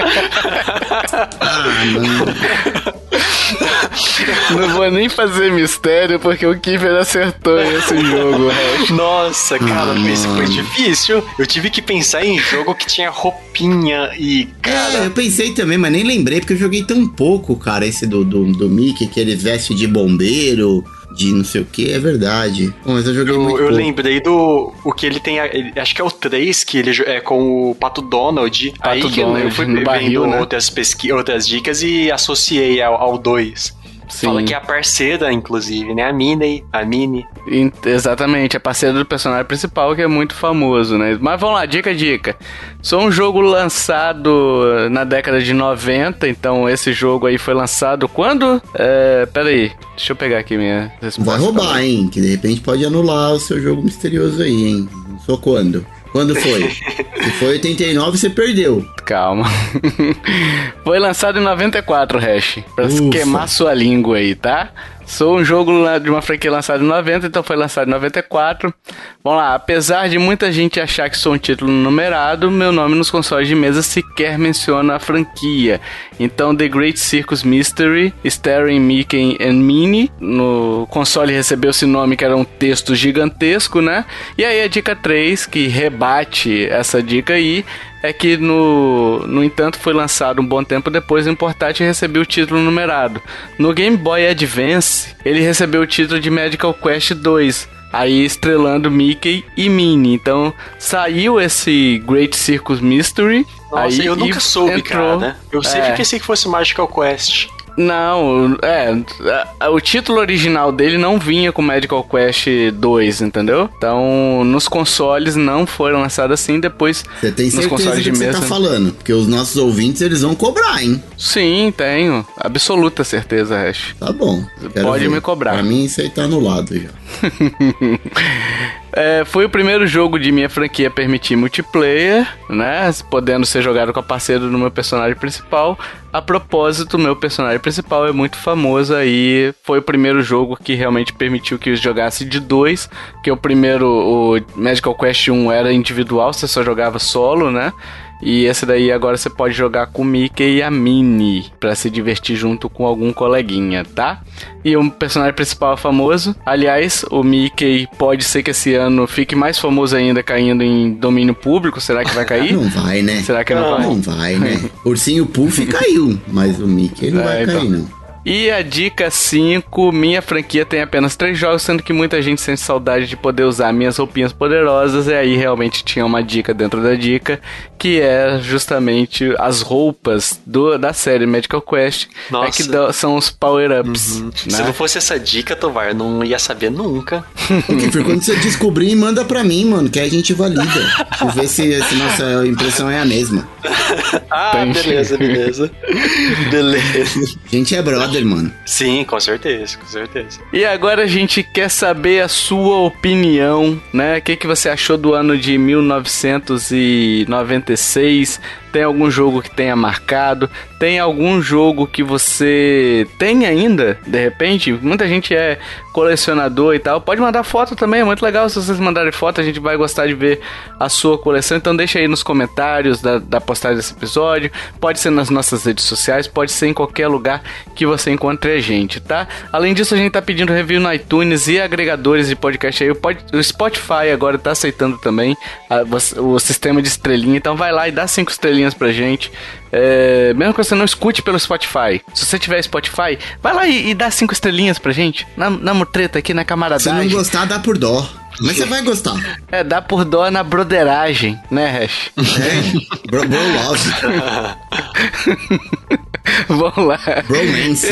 S3: Mano.
S1: Não vou nem fazer mistério, porque o Kiefer acertou esse jogo, Hash.
S2: Nossa, cara, esse foi difícil. Eu tive que pensar em jogo que tinha roupinha e, cara...
S3: Eu pensei também, mas nem lembrei, porque eu joguei tão pouco, cara, esse do Mickey, que ele veste de bombeiro, de não sei o que, é verdade. Bom, mas eu joguei muito pouco.
S2: Eu lembrei o que ele tem, acho que é o 3, que ele é com o Pato Donald.
S1: Pato
S2: aí que
S1: Donald,
S2: eu fui
S1: no
S2: vendo
S1: barril, né?
S2: outras dicas e associei ao 2.
S1: Sim.
S2: Fala que é a parceira, inclusive, né? A Minnie.
S1: Exatamente, é parceiro do personagem principal, que é muito famoso, né? Mas vamos lá, dica. Sou um jogo lançado na década de 90, então esse jogo aí foi lançado quando? Peraí, deixa eu pegar aqui minha resposta.
S3: Vai roubar, hein? Que de repente pode anular o seu jogo misterioso aí, hein? Não sou quando. Quando foi? Se foi 89, você perdeu.
S1: Calma. Foi lançado em 94, Hash. Pra
S3: Ufa.
S1: queimar sua língua aí, tá? Sou um jogo de uma franquia lançada em 90, então foi lançado em 94. Vamos lá, apesar de muita gente achar que sou um título numerado, meu nome nos consoles de mesa sequer menciona a franquia. Então, The Great Circus Mystery, starring Mickey and Minnie. No console recebeu esse nome que era um texto gigantesco, né? E aí a dica 3, que rebate essa dica aí, é que, no entanto, foi lançado um bom tempo depois em portátil e recebeu o título numerado. No Game Boy Advance, ele recebeu o título de Magical Quest 2, aí estrelando Mickey e Minnie. Então, saiu esse Great Circus Mystery.
S2: Nossa,
S1: aí,
S2: eu nunca soube,
S1: entrou,
S2: cara. Eu sempre pensei que fosse Magical Quest.
S1: Não, o título original dele não vinha com Magical Quest 2, entendeu? Então, nos consoles não foram lançados assim, depois
S3: Você tem
S1: nos
S3: certeza
S1: consoles
S3: do
S1: de
S3: que você
S1: mesa.
S3: tá falando? Porque os nossos ouvintes, eles vão cobrar, hein?
S1: Sim, tenho. Absoluta certeza, Hash.
S3: Tá bom. Quero
S1: Pode
S3: ver.
S1: me cobrar.
S3: Pra mim, isso aí tá anulado já.
S1: Foi o primeiro jogo de minha franquia a permitir multiplayer, né? Podendo ser jogado com a parceira do meu personagem principal. A propósito, meu personagem principal é muito famoso aí. Foi o primeiro jogo que realmente permitiu que eu jogasse de 2. Que o primeiro, o Magical Quest 1 era individual, você só jogava solo, né? E esse daí agora você pode jogar com o Mickey e a Minnie pra se divertir junto com algum coleguinha, tá? E o personagem principal é famoso. Aliás, o Mickey pode ser que esse ano fique mais famoso ainda, caindo em domínio público. Será que vai cair?
S3: Não vai, né?
S1: Será que não vai?
S3: Não vai, né? Ursinho Puff caiu, mas o Mickey não vai
S1: então.
S3: cair, não.
S1: E a dica 5, minha franquia tem apenas 3 jogos, sendo que muita gente sente saudade de poder usar minhas roupinhas poderosas, e aí realmente tinha uma dica dentro da dica, que é justamente as roupas da série Magical Quest.
S2: Nossa.
S1: É que são os power-ups. Né?
S2: Se não fosse essa dica, Tovar, eu não ia saber nunca.
S3: Porque quando você descobrir, manda pra mim, mano, que aí a gente valida. Deixa eu ver se nossa impressão é a mesma.
S2: Beleza. Beleza.
S3: A gente é brother, mano.
S2: Sim, com certeza.
S1: E agora a gente quer saber a sua opinião, né? O que você achou do ano de 1996? Tem algum jogo que tenha marcado? Tem algum jogo que você tem ainda, de repente? Muita gente é colecionador e tal. Pode mandar foto também, é muito legal. Se vocês mandarem foto, a gente vai gostar de ver a sua coleção. Então deixa aí nos comentários da postagem desse episódio. Pode ser nas nossas redes sociais, pode ser em qualquer lugar que você encontre a gente, tá? Além disso, a gente tá pedindo review no iTunes e agregadores de podcast aí. O Spotify agora tá aceitando também o sistema de estrelinha. Então vai lá e dá 5 estrelinhas pra gente. Mesmo que você não escute pelo Spotify, se você tiver Spotify, vai lá e dá 5 estrelinhas pra gente. Na mutreta aqui, na camaradagem.
S3: Se não gostar, dá por dó. Mas você vai gostar.
S1: Dá por dó na broderagem, né, Hash?
S3: Bro love.
S1: Vamos lá.
S3: Bromance.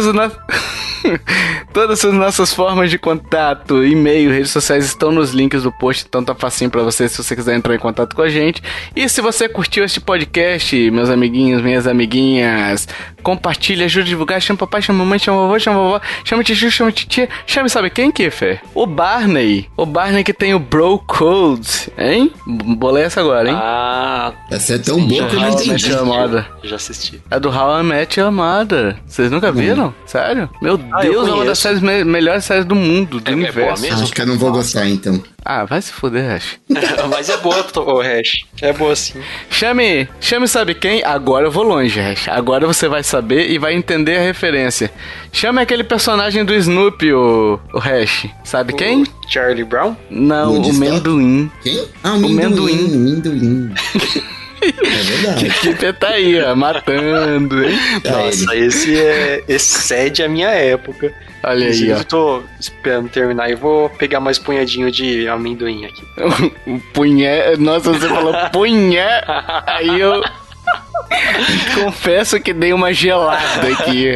S1: Todas as nossas formas de contato, e-mail, redes sociais estão nos links do post, então tá facinho pra você se você quiser entrar em contato com a gente. E se você curtiu este podcast, meus amiguinhos, minhas amiguinhas, compartilha, ajuda a divulgar, chama papai, chama mamãe, chama vovô, chama vovó, chama tio, chama titia, chama sabe quem, Kiffer? O Barney que tem o Bro Code, hein? Bolei essa agora, hein?
S3: Essa é tão boa que eu não entendi.
S2: Já assisti.
S1: É do How I Met Your Mother. Vocês nunca viram? Sério? Meu Deus, é uma das melhores séries do mundo, do universo.
S2: Boa mesmo?
S3: Acho que eu não vou gostar, então.
S1: Vai se fuder, Hash.
S2: Mas é boa, Hash. É boa sim.
S1: Chame sabe quem? Agora eu vou longe, Hash. Agora você vai saber e vai entender a referência. Chame aquele personagem do Snoopy, o Hash. Sabe quem?
S2: Charlie Brown?
S1: Não, o Mendoim.
S3: Quem? O Mendoim. É verdade.
S1: Que tá aí, ó, matando, hein?
S2: Nossa, esse excede a minha época.
S1: Olha aí, ó.
S2: Eu tô esperando terminar e vou pegar mais punhadinho de amendoim aqui.
S1: O punhé... Nossa, você falou punhé. Aí eu... confesso que dei uma gelada aqui.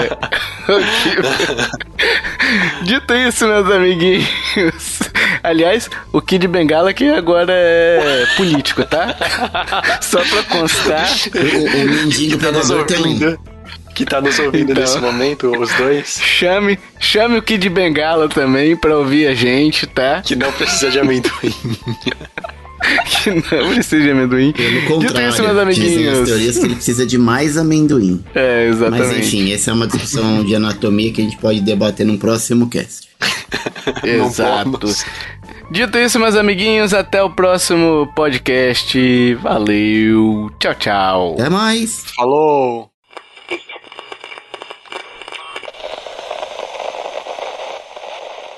S1: Dito isso, meus amiguinhos. Aliás, o Kid Bengala que agora é político, tá? Só pra constar.
S3: O mendigo pegador também.
S2: Que tá nos ouvindo nesse momento, os dois.
S1: Chame o Kid Bengala também pra ouvir a gente, tá?
S2: Que não precisa de amendoim.
S1: Que não precisa de amendoim.
S3: Pelo contrário,
S1: dito isso, meus amiguinhos.
S3: Dizem as teorias que ele precisa de mais amendoim.
S1: Exatamente.
S3: Mas enfim, essa é uma discussão de anatomia que a gente pode debater num próximo cast.
S1: Exato. Dito isso, meus amiguinhos, até o próximo podcast. Valeu. Tchau, tchau.
S3: Até mais.
S2: Falou.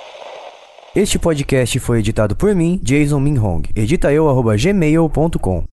S4: Este podcast foi editado por mim, Jason Minhong. Edita eu, @gmail.com.